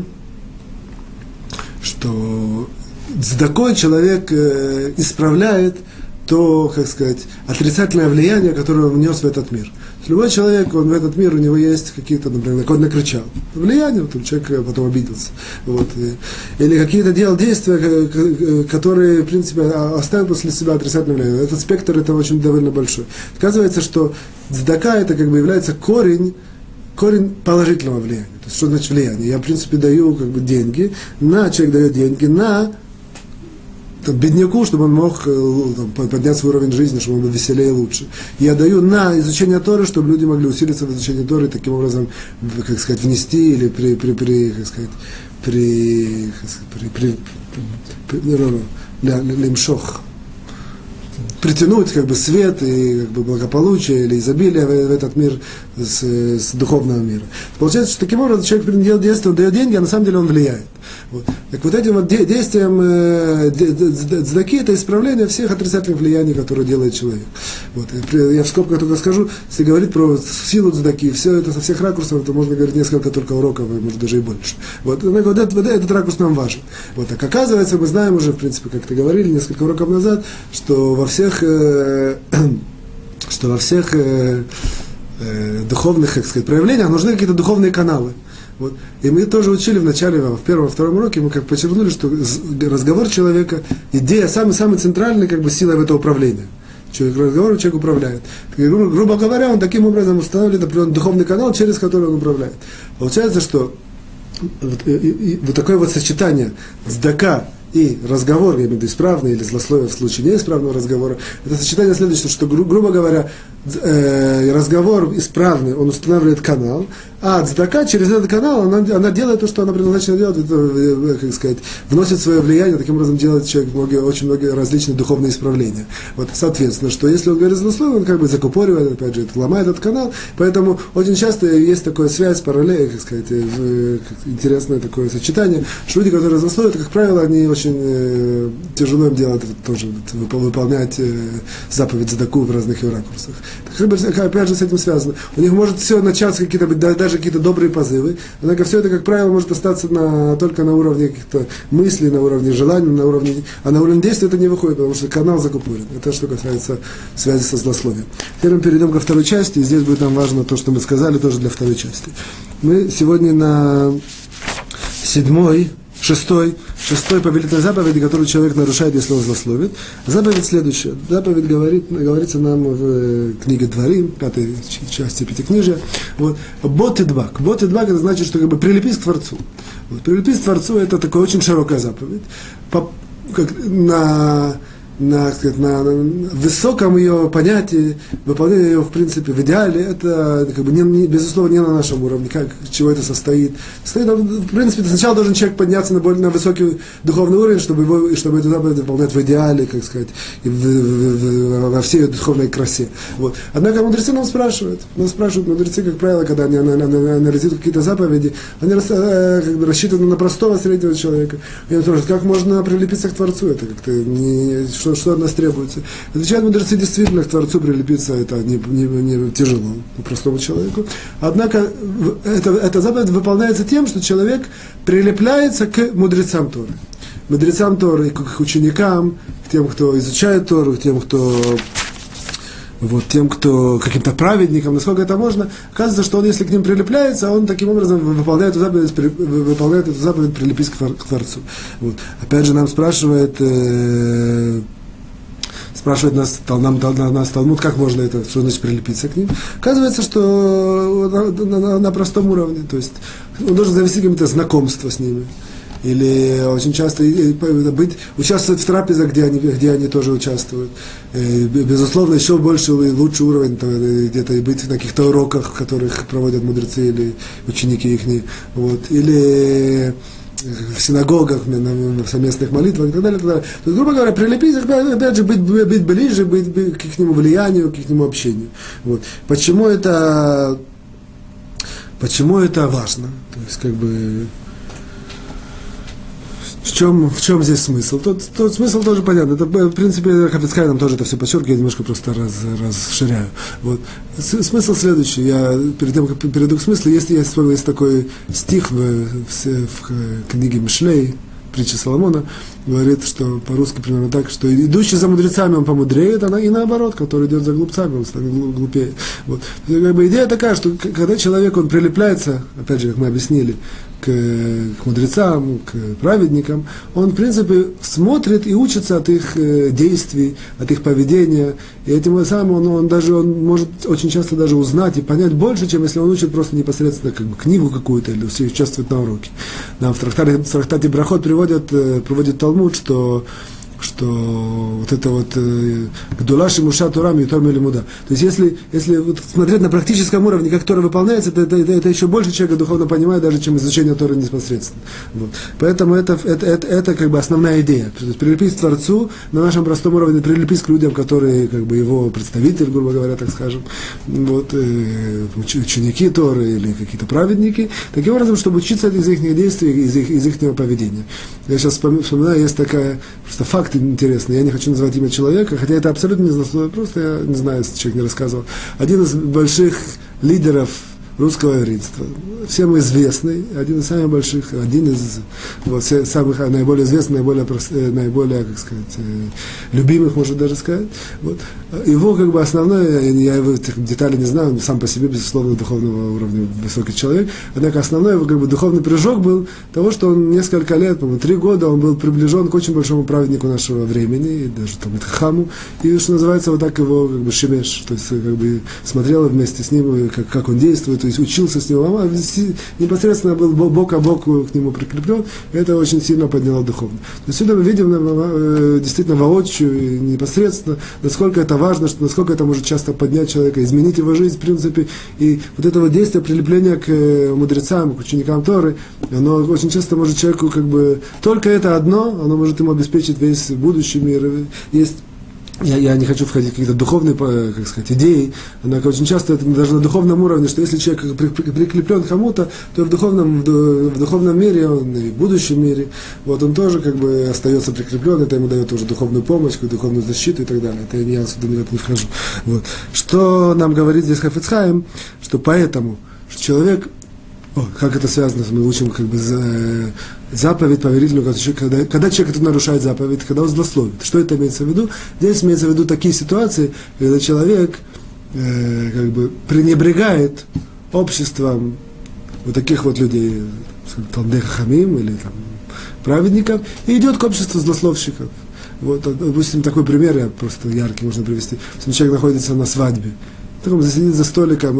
что цдакой человек исправляет то, отрицательное влияние, которое он внес в этот мир. Любой человек, он в этот мир, у него есть какие-то, например, он накричал. Влияние, вот, человек потом обиделся. Вот. Или какие-то делал действия, которые, в принципе, оставил после себя отрицательное влияние. Этот спектр, это очень довольно большой. Оказывается, что цдака, это является корень положительного влияния. То есть, что значит влияние? Я, в принципе, даю деньги, человек дает деньги на бедняку, чтобы он мог поднять свой уровень жизни, чтобы он был веселее и лучше. Я даю на изучение Торы, чтобы люди могли усилиться в изучении Торы и таким образом, внести или лимшох, притянуть свет и благополучие или изобилие в этот мир с духовного мира. Получается, что таким образом человек делает действие, он дает деньги, а на самом деле он влияет. Вот. Так вот этим вот действием цдаки это исправление всех отрицательных влияний, которые делает человек. Вот. Я в скобках только скажу, если говорить про силу цдаки, все это со всех ракурсов, то можно говорить несколько только уроков, может даже и больше. Вот. Этот ракурс нам важен. Вот. Так оказывается, мы знаем уже, в принципе, как ты говорили несколько уроков назад, что во всех духовных, проявлениях нужны какие-то духовные каналы. Вот. И мы тоже учили вначале, в первом-втором уроке, мы подчеркнули, что разговор человека, идея, самый центральный, сила в это управление. Разговор человек управляет. Грубо говоря, он таким образом устанавливает определенный духовный канал, через который он управляет. Получается, что вот такое вот сочетание цдака и разговор, я имею в виду исправный или злословие в случае неисправного разговора, это сочетание следующее, что, грубо говоря, разговор исправный, он устанавливает канал, а цдака через этот канал, она делает то, что она предназначена делать, это, вносит свое влияние, таким образом делает человек очень многие различные духовные исправления. Вот, соответственно, что если он говорит злословие, он закупоривает, опять же, это ломает этот канал, поэтому очень часто есть такая связь, параллель, интересное такое сочетание, что люди, которые злословят, как правило, они очень тяжело им делать тоже, выполнять заповедь цдаку в разных ее ракурсах. Опять же, с этим связано. У них может все начаться, даже какие-то добрые позывы, однако все это, как правило, может остаться только на уровне каких-то мыслей, на уровне желаний, а на уровне действия это не выходит, потому что канал закупорен. Это что касается связи со злословием. Теперь мы перейдем ко второй части, и здесь будет нам важно то, что мы сказали, тоже для второй части. Мы сегодня на шестой повелительной заповеди, которую человек нарушает, если он злословит. Заповедь следующая. Заповедь говорится нам в книге Дворим, 5 части Пятикнижия. Вот. Бот и дбак. Бот и дбак это значит, что прилепись к Творцу. Вот. Прилепись к Творцу это такая очень широкая заповедь. На высоком ее понятии, выполнение ее, в принципе, в идеале, это, безусловно, не на нашем уровне, чего это состоит. В принципе, сначала должен человек подняться на высокий духовный уровень, чтобы эту заповедь выполнять в идеале, и во всей ее духовной красе. Вот. Однако мудрецы нас спрашивают мудрецы, как правило, когда они анализируют какие-то заповеди, они рассчитаны на простого среднего человека. И они спрашивают, как можно прилепиться к Творцу, это как-то что от нас требуется. Отвечают мудрецы, действительно, к Творцу прилепиться это не тяжело простому человеку. Однако эта заповедь выполняется тем, что человек прилепляется к мудрецам Торы. Мудрецам Торы, к их ученикам, к тем, кто изучает Тору, к тем, кто каким-то праведникам, насколько это можно. Оказывается, что он, если к ним прилепляется, он таким образом выполняет эту заповедь прилепись к Творцу. Вот. Опять же, нам спрашивает нас Талмуд, как можно это, что значит прилепиться к ним. Оказывается, что на простом уровне, то есть он должен завести какое-то знакомство с ними. Или очень часто участвовать в трапезах, где они тоже участвуют. Безусловно, еще больше и лучший уровень где-то и быть на каких-то уроках, которых проводят мудрецы или ученики их. Вот. Или в синагогах, в совместных молитвах и так далее, и так далее. То есть, грубо говоря, прилепить, опять же, быть ближе, быть к их влиянию, к их общению. Вот. Почему это важно? То есть, как бы, в чем здесь смысл? Тот смысл тоже понятно. Это, в принципе, Хафец Хаим нам тоже это все подчеркивает, я немножко просто расширяю. Вот. Смысл следующий. Я перед тем, как перейду к смыслу, есть такой стих в книге Мишлей, притча Соломона, говорит, что по-русски примерно так, что идущий за мудрецами, он помудреет, и наоборот, который идет за глупцами, он станет глупее. Вот. Как бы идея такая, что когда человек, он прилепляется, опять же, как мы объяснили, к мудрецам, к праведникам, он, в принципе, смотрит и учится от их действий, от их поведения, и этим самым он может очень часто даже узнать и понять больше, чем если он учит просто непосредственно как бы, книгу какую-то или участвует на уроке. Нам в трактате Брахот приводит Талмуд, что вот это вот гдула шимуша Торам ютор милимуда. То есть если вот смотреть на практическом уровне, как Тора выполняется, это еще больше человека духовно понимает, даже чем изучение Торы непосредственно. Вот. Поэтому это как бы основная идея. То есть прилепить к Творцу на нашем простом уровне, прилепить к людям, которые как бы его представители, грубо говоря, так скажем, вот, ученики Торы или какие-то праведники, таким образом, чтобы учиться из их действий, из их поведения. Я сейчас вспоминаю, есть такая просто факт интересный, я не хочу называть имя человека, хотя это абсолютно не знаю, просто я не знаю, если человек не рассказывал. Один из больших лидеров русского еврейства, всем известный, один из самых больших, один из самых наиболее известных, наиболее, как сказать, любимых, можно даже сказать. Вот. Его, как бы, основное, я его детали не знаю, он сам по себе, безусловно, духовного уровня высокий человек, однако основной его, как бы, духовный прыжок был того, что он несколько лет, по-моему, 3 года, он был приближен к очень большому праведнику нашего времени, и даже там Хахаму, и, что называется, вот так его, как бы, шемеш, то есть, как бы, смотрел вместе с ним, как он действует, то есть учился с него, непосредственно был бок о бок к нему прикреплен, и это очень сильно подняло духовно. То есть сюда мы видим действительно воочию, непосредственно, насколько это важно, насколько это может часто поднять человека, изменить его жизнь, в принципе, и вот это вот действие прилепления к мудрецам, к ученикам Торы, оно очень часто может человеку, как бы, только это одно, оно может ему обеспечить весь будущий мир. Есть Я не хочу входить в какие-то духовные, как сказать, идеи, однако очень часто это даже на духовном уровне, что если человек прикреплен к кому-то, то в духовном мире, он и в будущем мире, вот он тоже как бы остается прикреплен, это ему дает уже духовную помощь, духовную защиту и так далее. Это я отсюда не вхожу. Вот. Что нам говорит здесь Хафец Хаим, что поэтому что человек, как это связано, мы учим как бы заповедь поверительную, когда человек нарушает заповедь, когда он злословит. Что это имеется в виду? Здесь имеется в виду такие ситуации, когда человек как бы пренебрегает обществом вот таких вот людей, Талмидей Хахамим или там, праведников, и идет к обществу злословщиков. Вот, допустим, такой пример, я просто яркий можно привести. Если человек находится на свадьбе, он сидит за столиком,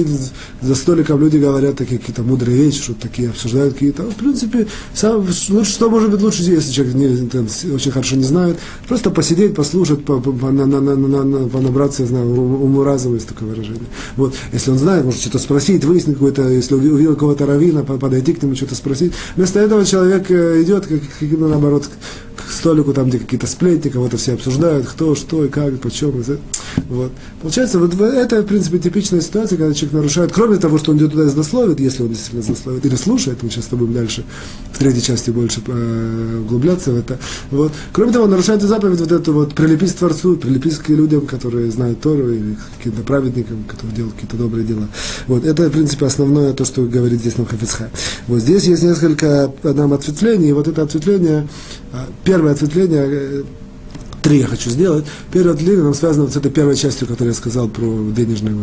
люди говорят такие какие-то мудрые вещи, что такие обсуждают какие-то. В принципе, что может быть лучше, если человек очень хорошо не знает, просто посидеть, послушать, понабраться, я знаю, уму разума, есть такое выражение. Вот. Если он знает, может что-то спросить, выяснить какое-то, если увидел какого-то раввина, подойти к нему, что-то спросить. Вместо этого человек идет, наоборот, к столику, там, где какие-то сплетни, кого-то все обсуждают, кто, что и как, почем. Вот. Получается, вот это, в принципе, типичная ситуация, когда человек нарушает, кроме того, что он идет туда и злословит, если он действительно злословит, или слушает, мы сейчас с тобой дальше, в третьей части больше углубляться в это. Вот. Кроме того, он нарушает заповедь вот эту вот, прилепись к Творцу, прилепись к людям, которые знают Тору, или к каким-то праведникам, которые делают какие-то добрые дела. Вот. Это, в принципе, основное то, что говорит здесь нам Хафец Хаим. Вот здесь есть несколько нам ответвлений, и вот это ответвление, первое ответвление, 3 я хочу сделать. Первое ответвление нам связано вот с этой первой частью, которую я сказал про денежную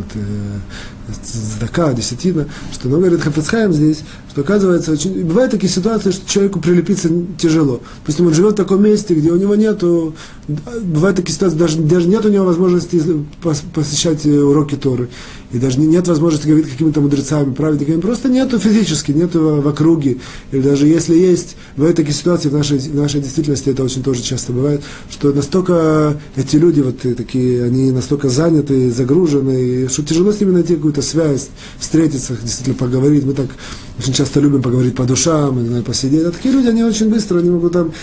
цдака, десятина, что нам говорит Хафец Хаим здесь, что оказывается, бывают такие ситуации, что человеку прилепиться тяжело. Допустим, он живет в таком месте, где у него нету, бывают такие ситуации, даже нет у него возможности посещать уроки Торы, и даже нет возможности говорить какими-то мудрецами, праведниками, просто нету физически, нету в округе, или даже если есть, бывают такие ситуации в нашей действительности, это очень тоже часто бывает, что настолько эти люди вот такие, они настолько заняты, загружены, что тяжело с ними найти какую-то связь, встретиться, действительно поговорить. Мы так очень часто часто любим поговорить по душам, не знаю, посидеть. А такие люди, они очень быстро, они могут там,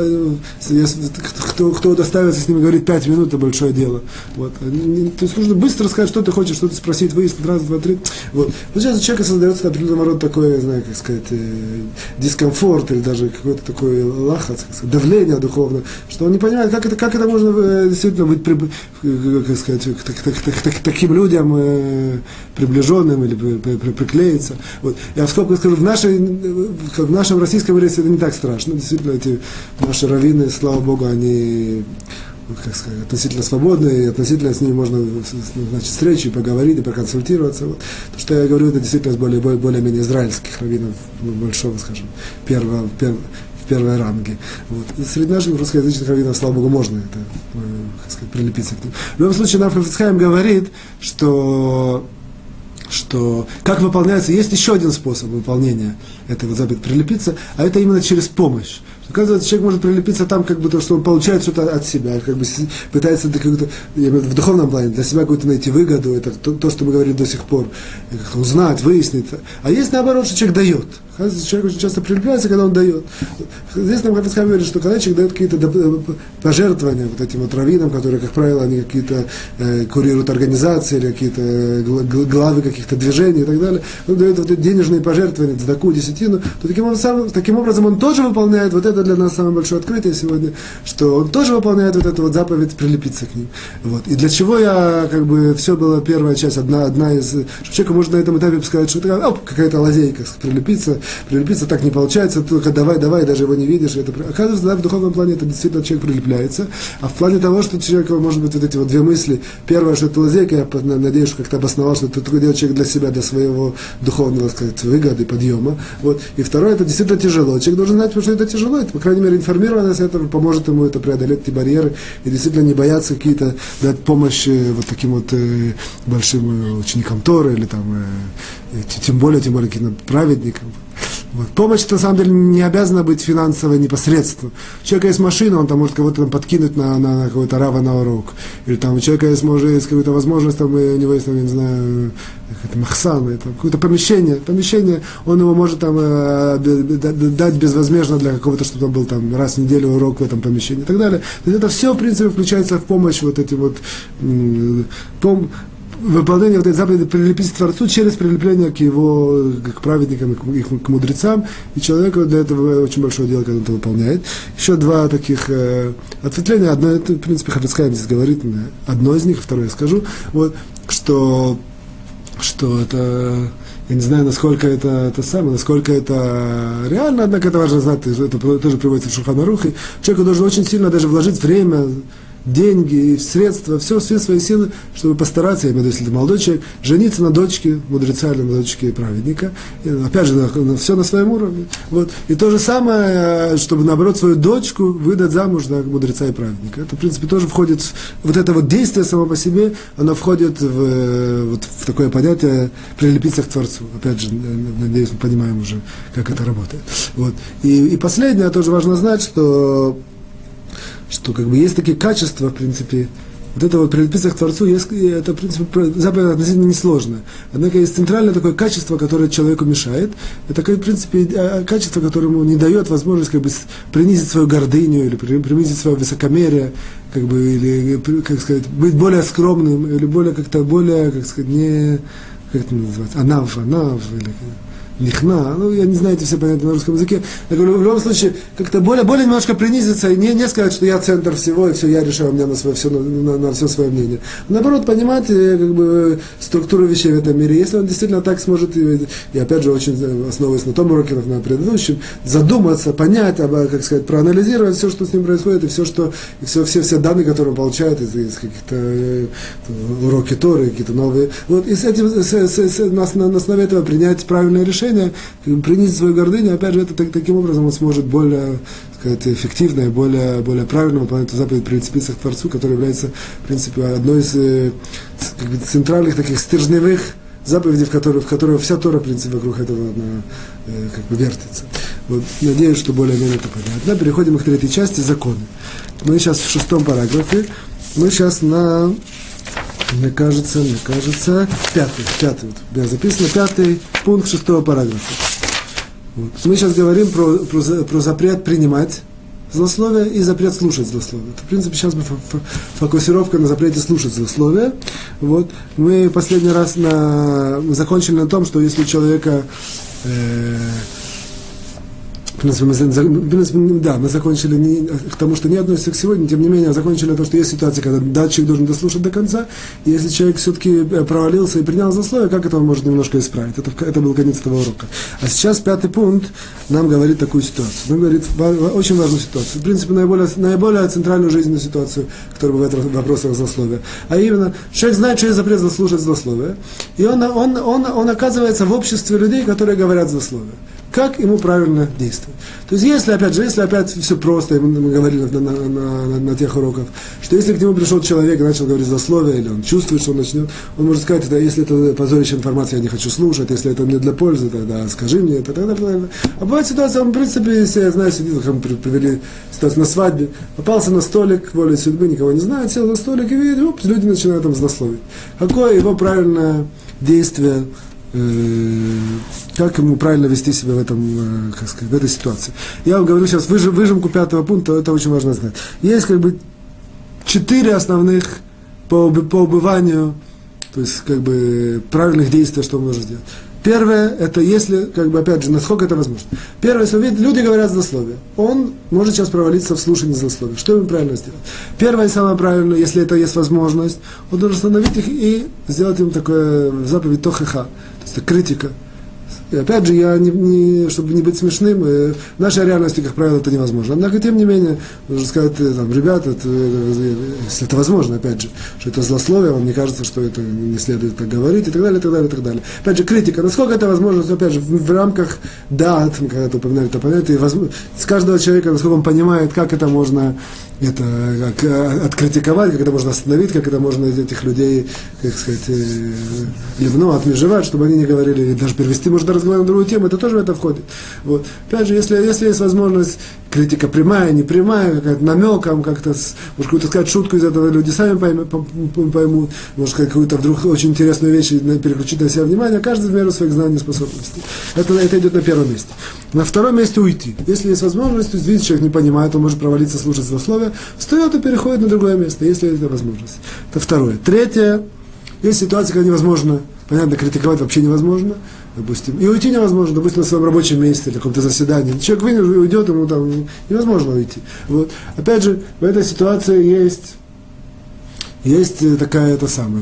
кто удостаивается с ними говорить 5 минут, это большое дело. Вот. То есть нужно быстро сказать, что ты хочешь, что-то спросить, выяснить, раз, два, три. Вот. Получается, у человека создается определенного рода такое, знаю, как сказать, дискомфорт или даже какой-то такой лахац, давление духовное, что он не понимает, как это можно действительно быть, как сказать, таким людям приближенным или приклеиться. Вот. Я в скобках скажу, в нашем российском еврействе это не так страшно. Действительно, эти наши раввины, слава Богу, они, как сказать, относительно свободные, и относительно с ними можно, значит, встречи, поговорить и проконсультироваться. Вот. То, что я говорю, это действительно более-менее израильских раввинов, большого, скажем, в первой ранге. Вот. И среди наших русскоязычных раввинов, слава Богу, можно это, как сказать, прилепиться к ним. В любом случае, нам Хафец Хаим говорит, что как выполняется, есть еще один способ выполнения этой вот заповеди прилепиться, а это именно через помощь. Оказывается, человек может прилепиться там, как бы то, что он получает что-то от себя, как бы пытается в духовном плане для себя какую-то найти выгоду, это то, что мы говорили до сих пор, узнать, выяснить. А есть наоборот, что человек дает. Человек очень часто прилепляется, когда он дает. Здесь нам Хафец Хаим говорит, что когда человек дает какие-то пожертвования вот этим вот раввинам, которые, как правило, они какие-то курируют организации или какие-то главы каких-то движений и так далее, он дает вот эти денежные пожертвования, цдаку, десятину, то таким образом он тоже выполняет, вот это для нас самое большое открытие сегодня, что он тоже выполняет вот эту вот заповедь прилепиться к ним. Вот. И для чего я, как бы, все было первая часть, одна из, что человеку можно на этом этапе сказать, что это какая-то лазейка, прилепиться так не получается, только давай, даже его не видишь. Это, оказывается, да, в духовном плане это действительно человек прилепляется, а в плане того, что человек, может быть, вот эти вот две мысли, первое, что это лазейка, я надеюсь, что как-то обосновал, что это только делает человек для себя, для своего духовного, так сказать, выгоды, подъема. Вот. И второе, это действительно тяжело. Человек должен знать, что это тяжело, это, по крайней мере, информированность этого поможет ему это преодолеть эти барьеры и действительно не бояться какие-то дать помощь вот таким вот большим ученикам Торы или там, тем более каким-то праведникам. Вот. Помощь, на самом деле, не обязана быть финансовой непосредственно. У человека есть машина, он там может кого-то там подкинуть на какой-то рава на урок. Или там у человека есть какая-то возможность, там, у него есть, там, я не знаю, махсан, какое-то помещение, он его может там дать безвозмездно для какого-то, чтобы там был там раз в неделю урок в этом помещении и так далее. То есть это все, в принципе, включается в помощь вот этим вот выполнение вот этой заповеди прилепиться к Творцу через прилепление к его, к праведникам, к мудрецам, и человеку для этого очень большое дело, когда он это выполняет. Еще два таких ответвления, одно, это, в принципе, Хафец Хаим здесь говорит, одно из них, второе я скажу, вот, что это, я не знаю, насколько это реально, однако это важно знать, это тоже приводится в Шулхан Арухе. Человеку должен очень сильно даже вложить время, деньги, средства, все свои силы, чтобы постараться, я имею в виду, если ты молодой человек, жениться на дочке мудреца или на дочке праведника. И, опять же, все на своем уровне. Вот. И то же самое, чтобы, наоборот, свою дочку выдать замуж за мудреца и праведника. Это, в принципе, тоже входит, вот это вот действие само по себе, оно входит в такое понятие прилепиться к Творцу. Опять же, надеюсь, мы понимаем уже, как это работает. Вот. И последнее, тоже важно знать, что как бы есть такие качества, в принципе, вот это вот прилепиться к Творцу, это, в принципе, заповедь относительно несложная. Однако есть центральное такое качество, которое человеку мешает. Это, в принципе, качество, которое ему не дает возможность как бы принизить свою гордыню или принизить свое высокомерие, как бы, или, как сказать, быть более скромным, или как сказать, не, как это называется, анав, или лихна, я не знаю эти все понятия на русском языке. Я говорю, в любом случае, как-то более немножко принизиться и не сказать, что я центр всего, и все, я решаю, у меня на все свое мнение. Наоборот, понимать как бы структуру вещей в этом мире. Если он действительно так сможет, и опять же, очень основываясь на том уроке, на предыдущем, задуматься, понять, как сказать, проанализировать все, что с ним происходит, и все данные, которые он получает из каких-то уроки Торы, какие-то новые. Вот, и на основе этого принять правильное решение, принизить свою гордыню, опять же, это таким образом он сможет более, сказать, эффективно и более правильно выполнять эту заповедь прилепиться к Творцу, которая является, в принципе, одной из как бы, центральных таких стержневых заповедей, в которой вся Тора, в принципе, вокруг этого она, как бы вертится. Вот, надеюсь, что более-менее это понятно. Переходим к третьей части, законы. Мы сейчас в 6 параграфе, мы сейчас мне кажется, 5, вот, у меня записано 5 пункт 6 параграфа. Вот. Мы сейчас говорим про запрет принимать злословие и запрет слушать злословие. Это, в принципе, сейчас фокусировка на запрете слушать злословие. Вот. Мы последний раз мы закончили на том, что если у человека в принципе, мы закончили к тому, что не относится к сегодня, тем не менее, закончили то, что есть ситуация, когда датчик должен дослушать до конца, и если человек все-таки провалился и принял злословие, как это он может немножко исправить? Это был конец этого урока. А сейчас 5 пункт нам говорит такую ситуацию. Нам говорит очень важную ситуацию. В принципе, наиболее центральную жизненную ситуацию, которая бывает в вопросах злословия. А именно, человек знает, что есть запрет слушать злословие, и он оказывается в обществе людей, которые говорят злословие. Как ему правильно действовать? То есть, если опять все просто, мы говорили на тех уроках, что если к нему пришел человек и начал говорить злословие, или он чувствует, что он начнет, он может сказать, если это позорящая информация, я не хочу слушать, если это мне для пользы, тогда скажи мне это, тогда. А бывает ситуация, он, в принципе, если я знаю, сидит, как мы привели ситуацию на свадьбе, попался на столик, волей судьбы, никого не знает, сел на столик и видит, люди начинают там злословить. Какое его правильное действие, как ему правильно вести себя в этой ситуации. Я вам говорю сейчас выжимку 5 пункта, это очень важно знать. Есть 4 основных по убыванию, то есть правильных действий, что он может сделать. Первое, это если, опять же, насколько это возможно. Первое, если люди говорят злословие, он может сейчас провалиться в слушании злословия. Что ему правильно сделать? Первое и самое правильное, если это есть возможность, он должен остановить их и сделать им такое заповедь тохеха, то есть критика. И опять же, чтобы не быть смешным, в нашей реальности, как правило, это невозможно. Однако, тем не менее, нужно сказать, ребята, если это возможно, опять же, что это злословие, вам не кажется, что это не следует так говорить, и так далее, и так далее, и так далее. Опять же, критика, насколько это возможно, опять же, в рамках дат, мы когда-то упоминали это понятие, с каждого человека, насколько он понимает, как это можно откритиковать, как это можно остановить, как это можно этих людей, отмежевать, чтобы они не говорили, и даже перевести, может, разговор на другую тему, это тоже в это входит. Вот. Опять же, если есть возможность, критика прямая, непрямая, какая-то намеком, как-то, может, какую-то сказать шутку из этого, люди сами поймут, может, какую-то вдруг очень интересную вещь переключить на себя внимание, каждый в меру своих знаний и способностей. Это идет на первом месте. На втором месте уйти. Если есть возможность, то есть, видите, человек не понимает, он может провалиться, слушать злословие, встает и переходит на другое место, если это возможность. Это второе. Третье. Есть ситуация, когда невозможно, понятно, критиковать вообще невозможно, допустим, и уйти невозможно, допустим, на своем рабочем месте, или на каком-то заседании. Человек уйдет, ему там невозможно уйти. Вот. Опять же, в этой ситуации есть такая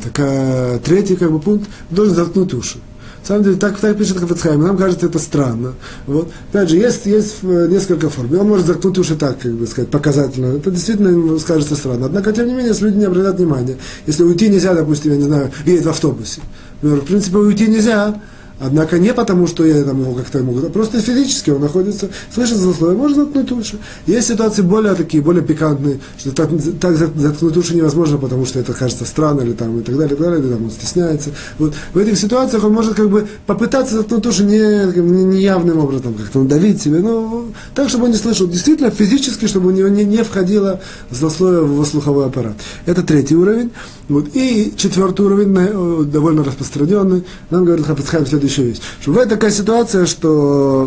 третий пункт, должен заткнуть уши. На самом деле, так пишет Хафец Хаим, нам кажется это странно. Вот. Опять же, есть несколько форм. И он может заткнуть уши так, показательно. Это действительно ему кажется странно. Однако, тем не менее, если люди не обратят внимания, если уйти нельзя, допустим, я не знаю, едет в автобусе. Например, в принципе, уйти нельзя. Однако не потому, что я там его как-то могу, а просто физически он находится, слышит злословие, можно заткнуть уши. Есть ситуации более пикантные, что так заткнуть уши невозможно, потому что это кажется странно, или там, и так далее, или там он стесняется. Вот. В этих ситуациях он может попытаться заткнуть уши не явным образом, как-то надавить себе, но так, чтобы он не слышал, действительно физически, чтобы у него не входило злословие в его слуховой аппарат. Это третий уровень. Вот. И четвертый уровень, довольно распространенный, нам говорит Хафец Хаим следующую вещь, что бывает такая ситуация, что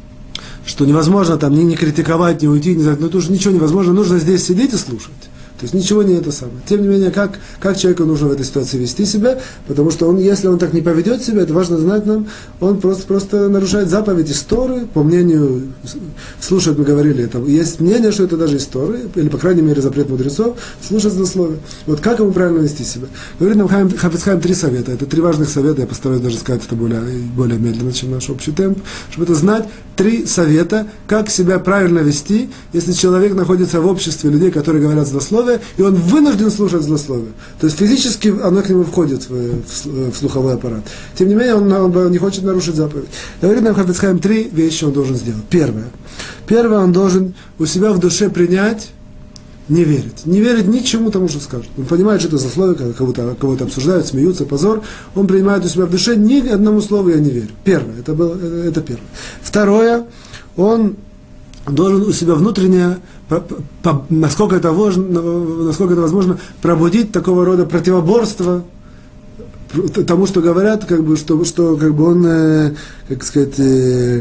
невозможно там не критиковать, не уйти, не заткнуть уши, ничего невозможно, нужно здесь сидеть и слушать. То есть ничего не это самое. Тем не менее, как человеку нужно в этой ситуации вести себя, потому что если он так не поведет себя, это важно знать нам, он просто нарушает заповедь из Торы, по мнению, слушать мы говорили, это, есть мнение, что это даже из Торы, или, по крайней мере, запрет мудрецов, слушать злословие. Вот как ему правильно вести себя? Говорит нам Хафец Хаим 3 совета. Это 3 важных совета, я постараюсь даже сказать это более медленно, чем наш общий темп, чтобы это знать 3 совета, как себя правильно вести, если человек находится в обществе людей, которые говорят злословие, и он вынужден слушать злословие. То есть физически оно к нему входит в слуховой аппарат. Тем не менее, он не хочет нарушить заповедь. Говорит нам Хафец Хаим 3 вещи он должен сделать. Первое, он должен у себя в душе принять, не верить. Не верить ничему тому, что скажет. Он понимает, что это злословие, когда кого-то обсуждают, смеются, позор. Он принимает у себя в душе ни одному слову я не верю. Первое, это первое. Второе, он должен у себя внутренне, насколько это возможно, пробудить такого рода противоборство тому, что говорят, что он,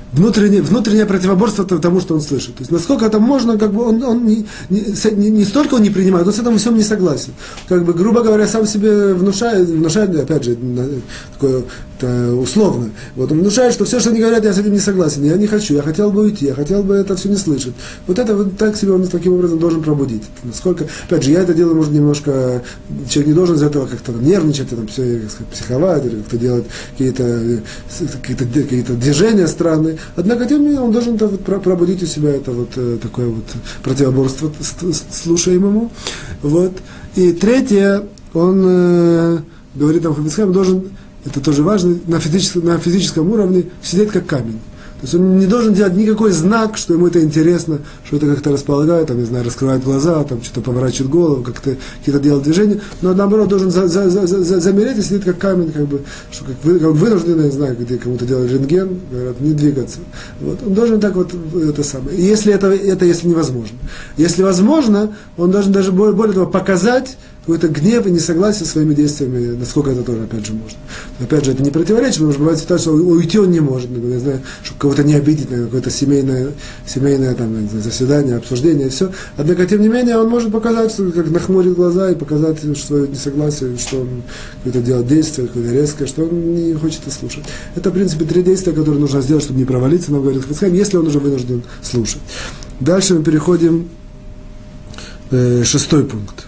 внутреннее противоборство тому, что он слышит. То есть, насколько это можно, как бы он не столько он не принимает, он с этим всем не согласен. Как бы, грубо говоря, сам себе внушает, опять же, такое условно. Вот он внушает, что все, что они говорят, я с этим не согласен, я не хочу, я хотел бы уйти, я хотел бы это все не слышать. Вот это вот так себе он таким образом должен пробудить. Насколько, опять же, я это делаю, может, немножко, человек не должен из этого как-то нервничать, там, все, как сказать, психовать, или как-то делать какие-то движения странные. Однако, тем не менее, он должен пробудить у себя это вот такое вот противоборство слушаемому. Вот. И третье, он говорит там Хафец Хаим, должен, это тоже важно, на физическом уровне сидеть как камень. То есть он не должен делать никакой знак, что ему это интересно, что это как-то располагает, там, не знаю, раскрывает глаза, там, что-то поворачивает голову, как-то какие-то делать движения, но наоборот должен замереть и сидеть как камень, как бы, что как вынужденный, не знаю, где кому-то делают рентген, говорят, не двигаться. Вот. Он должен так вот это самое. И если это если невозможно. Если возможно, он должен даже более того показать какой-то гнев и несогласие со своими действиями, насколько это тоже, опять же, можно. Но, опять же, это не противоречит, потому что бывает ситуация, что уйти он не может, не знаю, чтобы кого-то не обидеть, на какое-то семейное там, знаю, заседание, обсуждение, все. Однако, тем не менее, он может показать, как нахмурить глаза и показать свое несогласие, что он какое-то делает действие, какое-то резкое, что он не хочет это слушать. Это, в принципе, 3 действия, которые нужно сделать, чтобы не провалиться, нам говорит Хафец Хаим, если он уже вынужден слушать. Дальше мы переходим 6 пункт.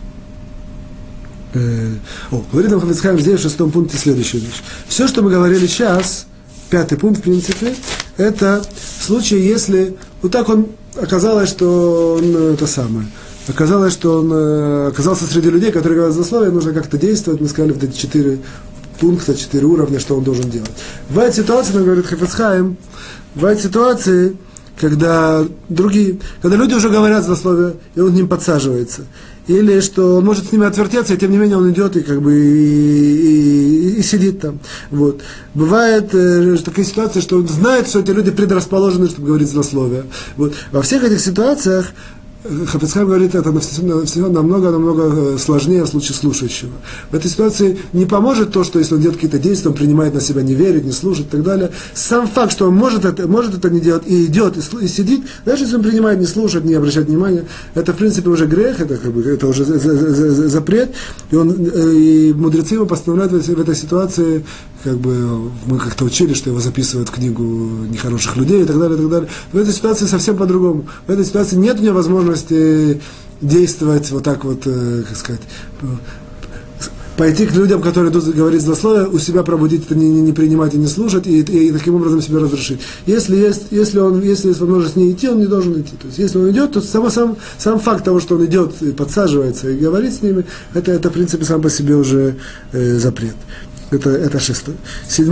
Говорит нам Хафец Хаим здесь в 6 пункте следующую вещь. Все, что мы говорили сейчас, 5 пункт, в принципе, это случай, если вот так он оказалось, что он оказалось, что он оказался среди людей, которые говорят злословие, нужно как-то действовать. Мы сказали вот эти 4 пункта, 4 уровня, что он должен делать. Бывает ситуация, нам говорит Хафец Хаим, бывает ситуации, когда люди уже говорят злословие, и он к ним подсаживается. Или что он может с ними отвертеться, и тем не менее он идет и как бы и сидит там. Вот. Бывает такая ситуация, что он знает, что эти люди предрасположены, чтобы говорить злословие. Вот. Во всех этих ситуациях Хафец Хаим говорит, это намного сложнее в случае слушающего. В этой ситуации не поможет то, что если он делает какие-то действия, он принимает на себя, не верит, не слушает и так далее. Сам факт, что он может это не делать, и идет, и сидит, даже если он принимает, не слушает, не обращает внимания, это в принципе уже грех, это уже запрет, и мудрецы его постановляют в этой ситуации, как бы мы как-то учили, что его записывают в книгу нехороших людей и так далее, и так далее. В этой ситуации совсем по-другому. В этой ситуации нет у него возможности действовать вот так вот, как сказать, пойти к людям, которые идут говорить злословие, у себя пробудить это, не принимать и не слушать, и таким образом себя разрешить. Если есть возможность не идти, он не должен идти. То есть, если он идет, то сам факт того, что он идет и подсаживается и говорит с ними, это в принципе сам по себе уже запрет. Это 6. 7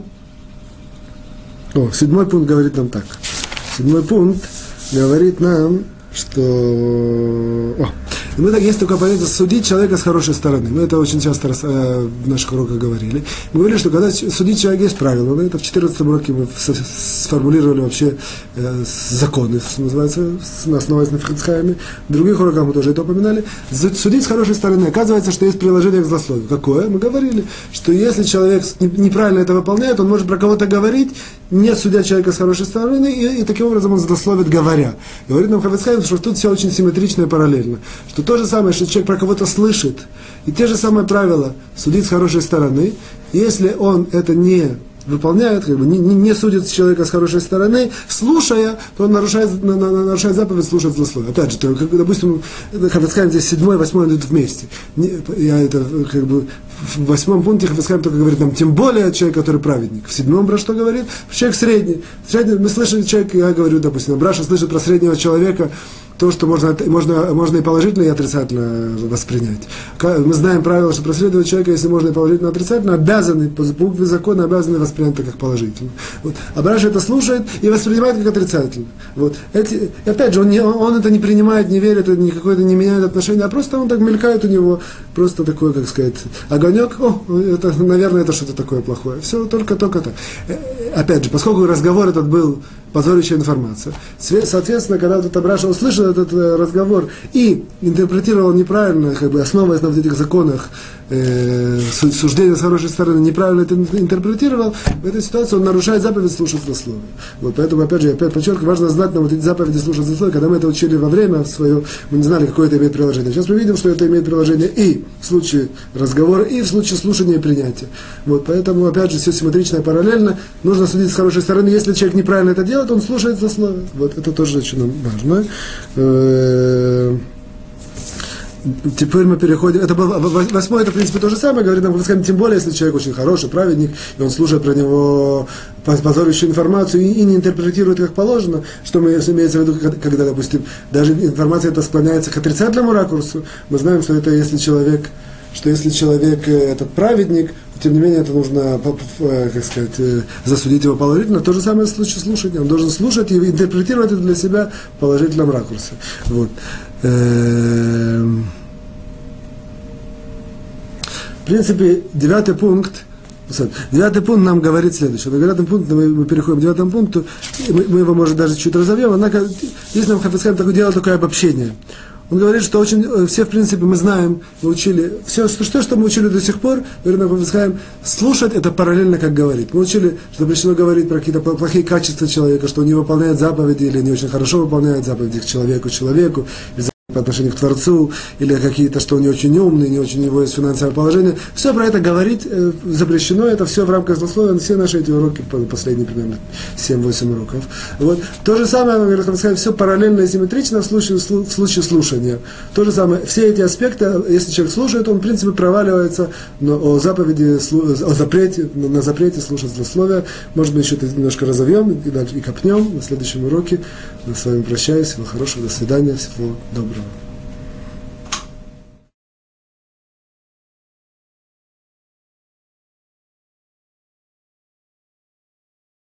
пункт говорит нам так. 7 пункт говорит нам, что... есть такое понятие судить человека с хорошей стороны. Мы это очень часто в наших уроках говорили. Мы говорили, что когда судить человека есть правила. Это в 14 уроке мы сформулировали вообще законы, что называется, основываясь на Хафец Хаиме. В других уроках мы тоже это упоминали. Судить с хорошей стороны. Оказывается, что есть приложение к злословию. Какое? Мы говорили, что если человек неправильно это выполняет, он может про кого-то говорить, не судя человека с хорошей стороны, и таким образом он злословит, говоря. Говорит нам Хафец Хаим, что тут все очень симметрично и параллельно. Что то же самое, что человек про кого-то слышит, и те же самые правила судить с хорошей стороны, если он это не выполняет, как бы не судит человека с хорошей стороны, слушая, то он нарушает заповедь слушать злословие. Опять же, допустим, Хафец Хаим здесь 7 и 8 идут вместе. В 8 пункте Хафец Хаим только говорит нам, тем более человек, который праведник. В 7 про что говорит? Человек средний. Мы слышим, я говорю, допустим, Браша слышит про среднего человека, то, что можно и положительно, и отрицательно воспринять. Мы знаем правило, что про среднего человека, если можно и положительно, и отрицательно, обязаны, по букве закона, обязаны воспринять это как положительно. Вот. А Браша это слушает и воспринимает как отрицательно. Вот. Опять же, он это не принимает, не верит, никакое это не меняет отношения, а просто он так мелькает у него, просто такой, как сказать, огонек, наверное, это что-то такое плохое. Все, только так. Опять же, поскольку разговор этот был позорящая информация. Соответственно, когда этот Раша услышал этот разговор и интерпретировал неправильно, как бы основываясь на вот этих законах суждения с хорошей стороны, неправильно это интерпретировал, в этой ситуации он нарушает заповедь слушать злословие. Вот поэтому, опять же, я подчеркиваю, важно знать нам вот эти заповеди слушать злословие. Когда мы это учили во время свое, мы не знали, какое это имеет приложение. Сейчас мы видим, что это имеет приложение и в случае разговора, и в случае слушания и принятия. Вот, поэтому, опять же, все симметрично и параллельно. Нужно судить с хорошей стороны. Если человек неправильно это делает, он слушает злословие. Вот, это тоже очень важно. Теперь мы переходим, это был 8, это в принципе то же самое, говорит нам, тем более, если человек очень хороший, праведник, и он слушает про него позорящую информацию и не интерпретирует как положено, что мы имеется в виду, когда, допустим, даже информация эта склоняется к отрицательному ракурсу, мы знаем, что это если человек этот праведник, тем не менее это нужно, как сказать, засудить его положительно. То же самое в случае слушания. Он должен слушать и интерпретировать это для себя в положительном ракурсе. Вот. В принципе, 9 пункт нам говорит следующее. На 9 пункте мы переходим к 9 пункту, мы его, может, даже чуть разовьем, однако здесь нам Хафец Хаим делает такое обобщение. Он говорит, что все, в принципе, мы знаем, мы учили, все, что мы учили до сих пор, говорит нам Хафец Хаим, слушать это параллельно, как говорить. Мы учили, что запрещено говорить про какие-то плохие качества человека, что он не выполняет заповеди или не очень хорошо выполняет заповеди к человеку, по отношению к Творцу, или какие-то, что он не очень умный, не очень у него есть финансовое положение. Все про это говорить запрещено, это все в рамках злословия, все наши эти уроки, последние примерно 7-8 уроков. Вот. То же самое, все параллельно и симметрично в случае слушания. То же самое, все эти аспекты, если человек слушает, он в принципе проваливается на запрете слушать злословия. Может быть, еще это немножко разовьем и копнем на следующем уроке. Я с вами прощаюсь, всего хорошего, до свидания, всего доброго.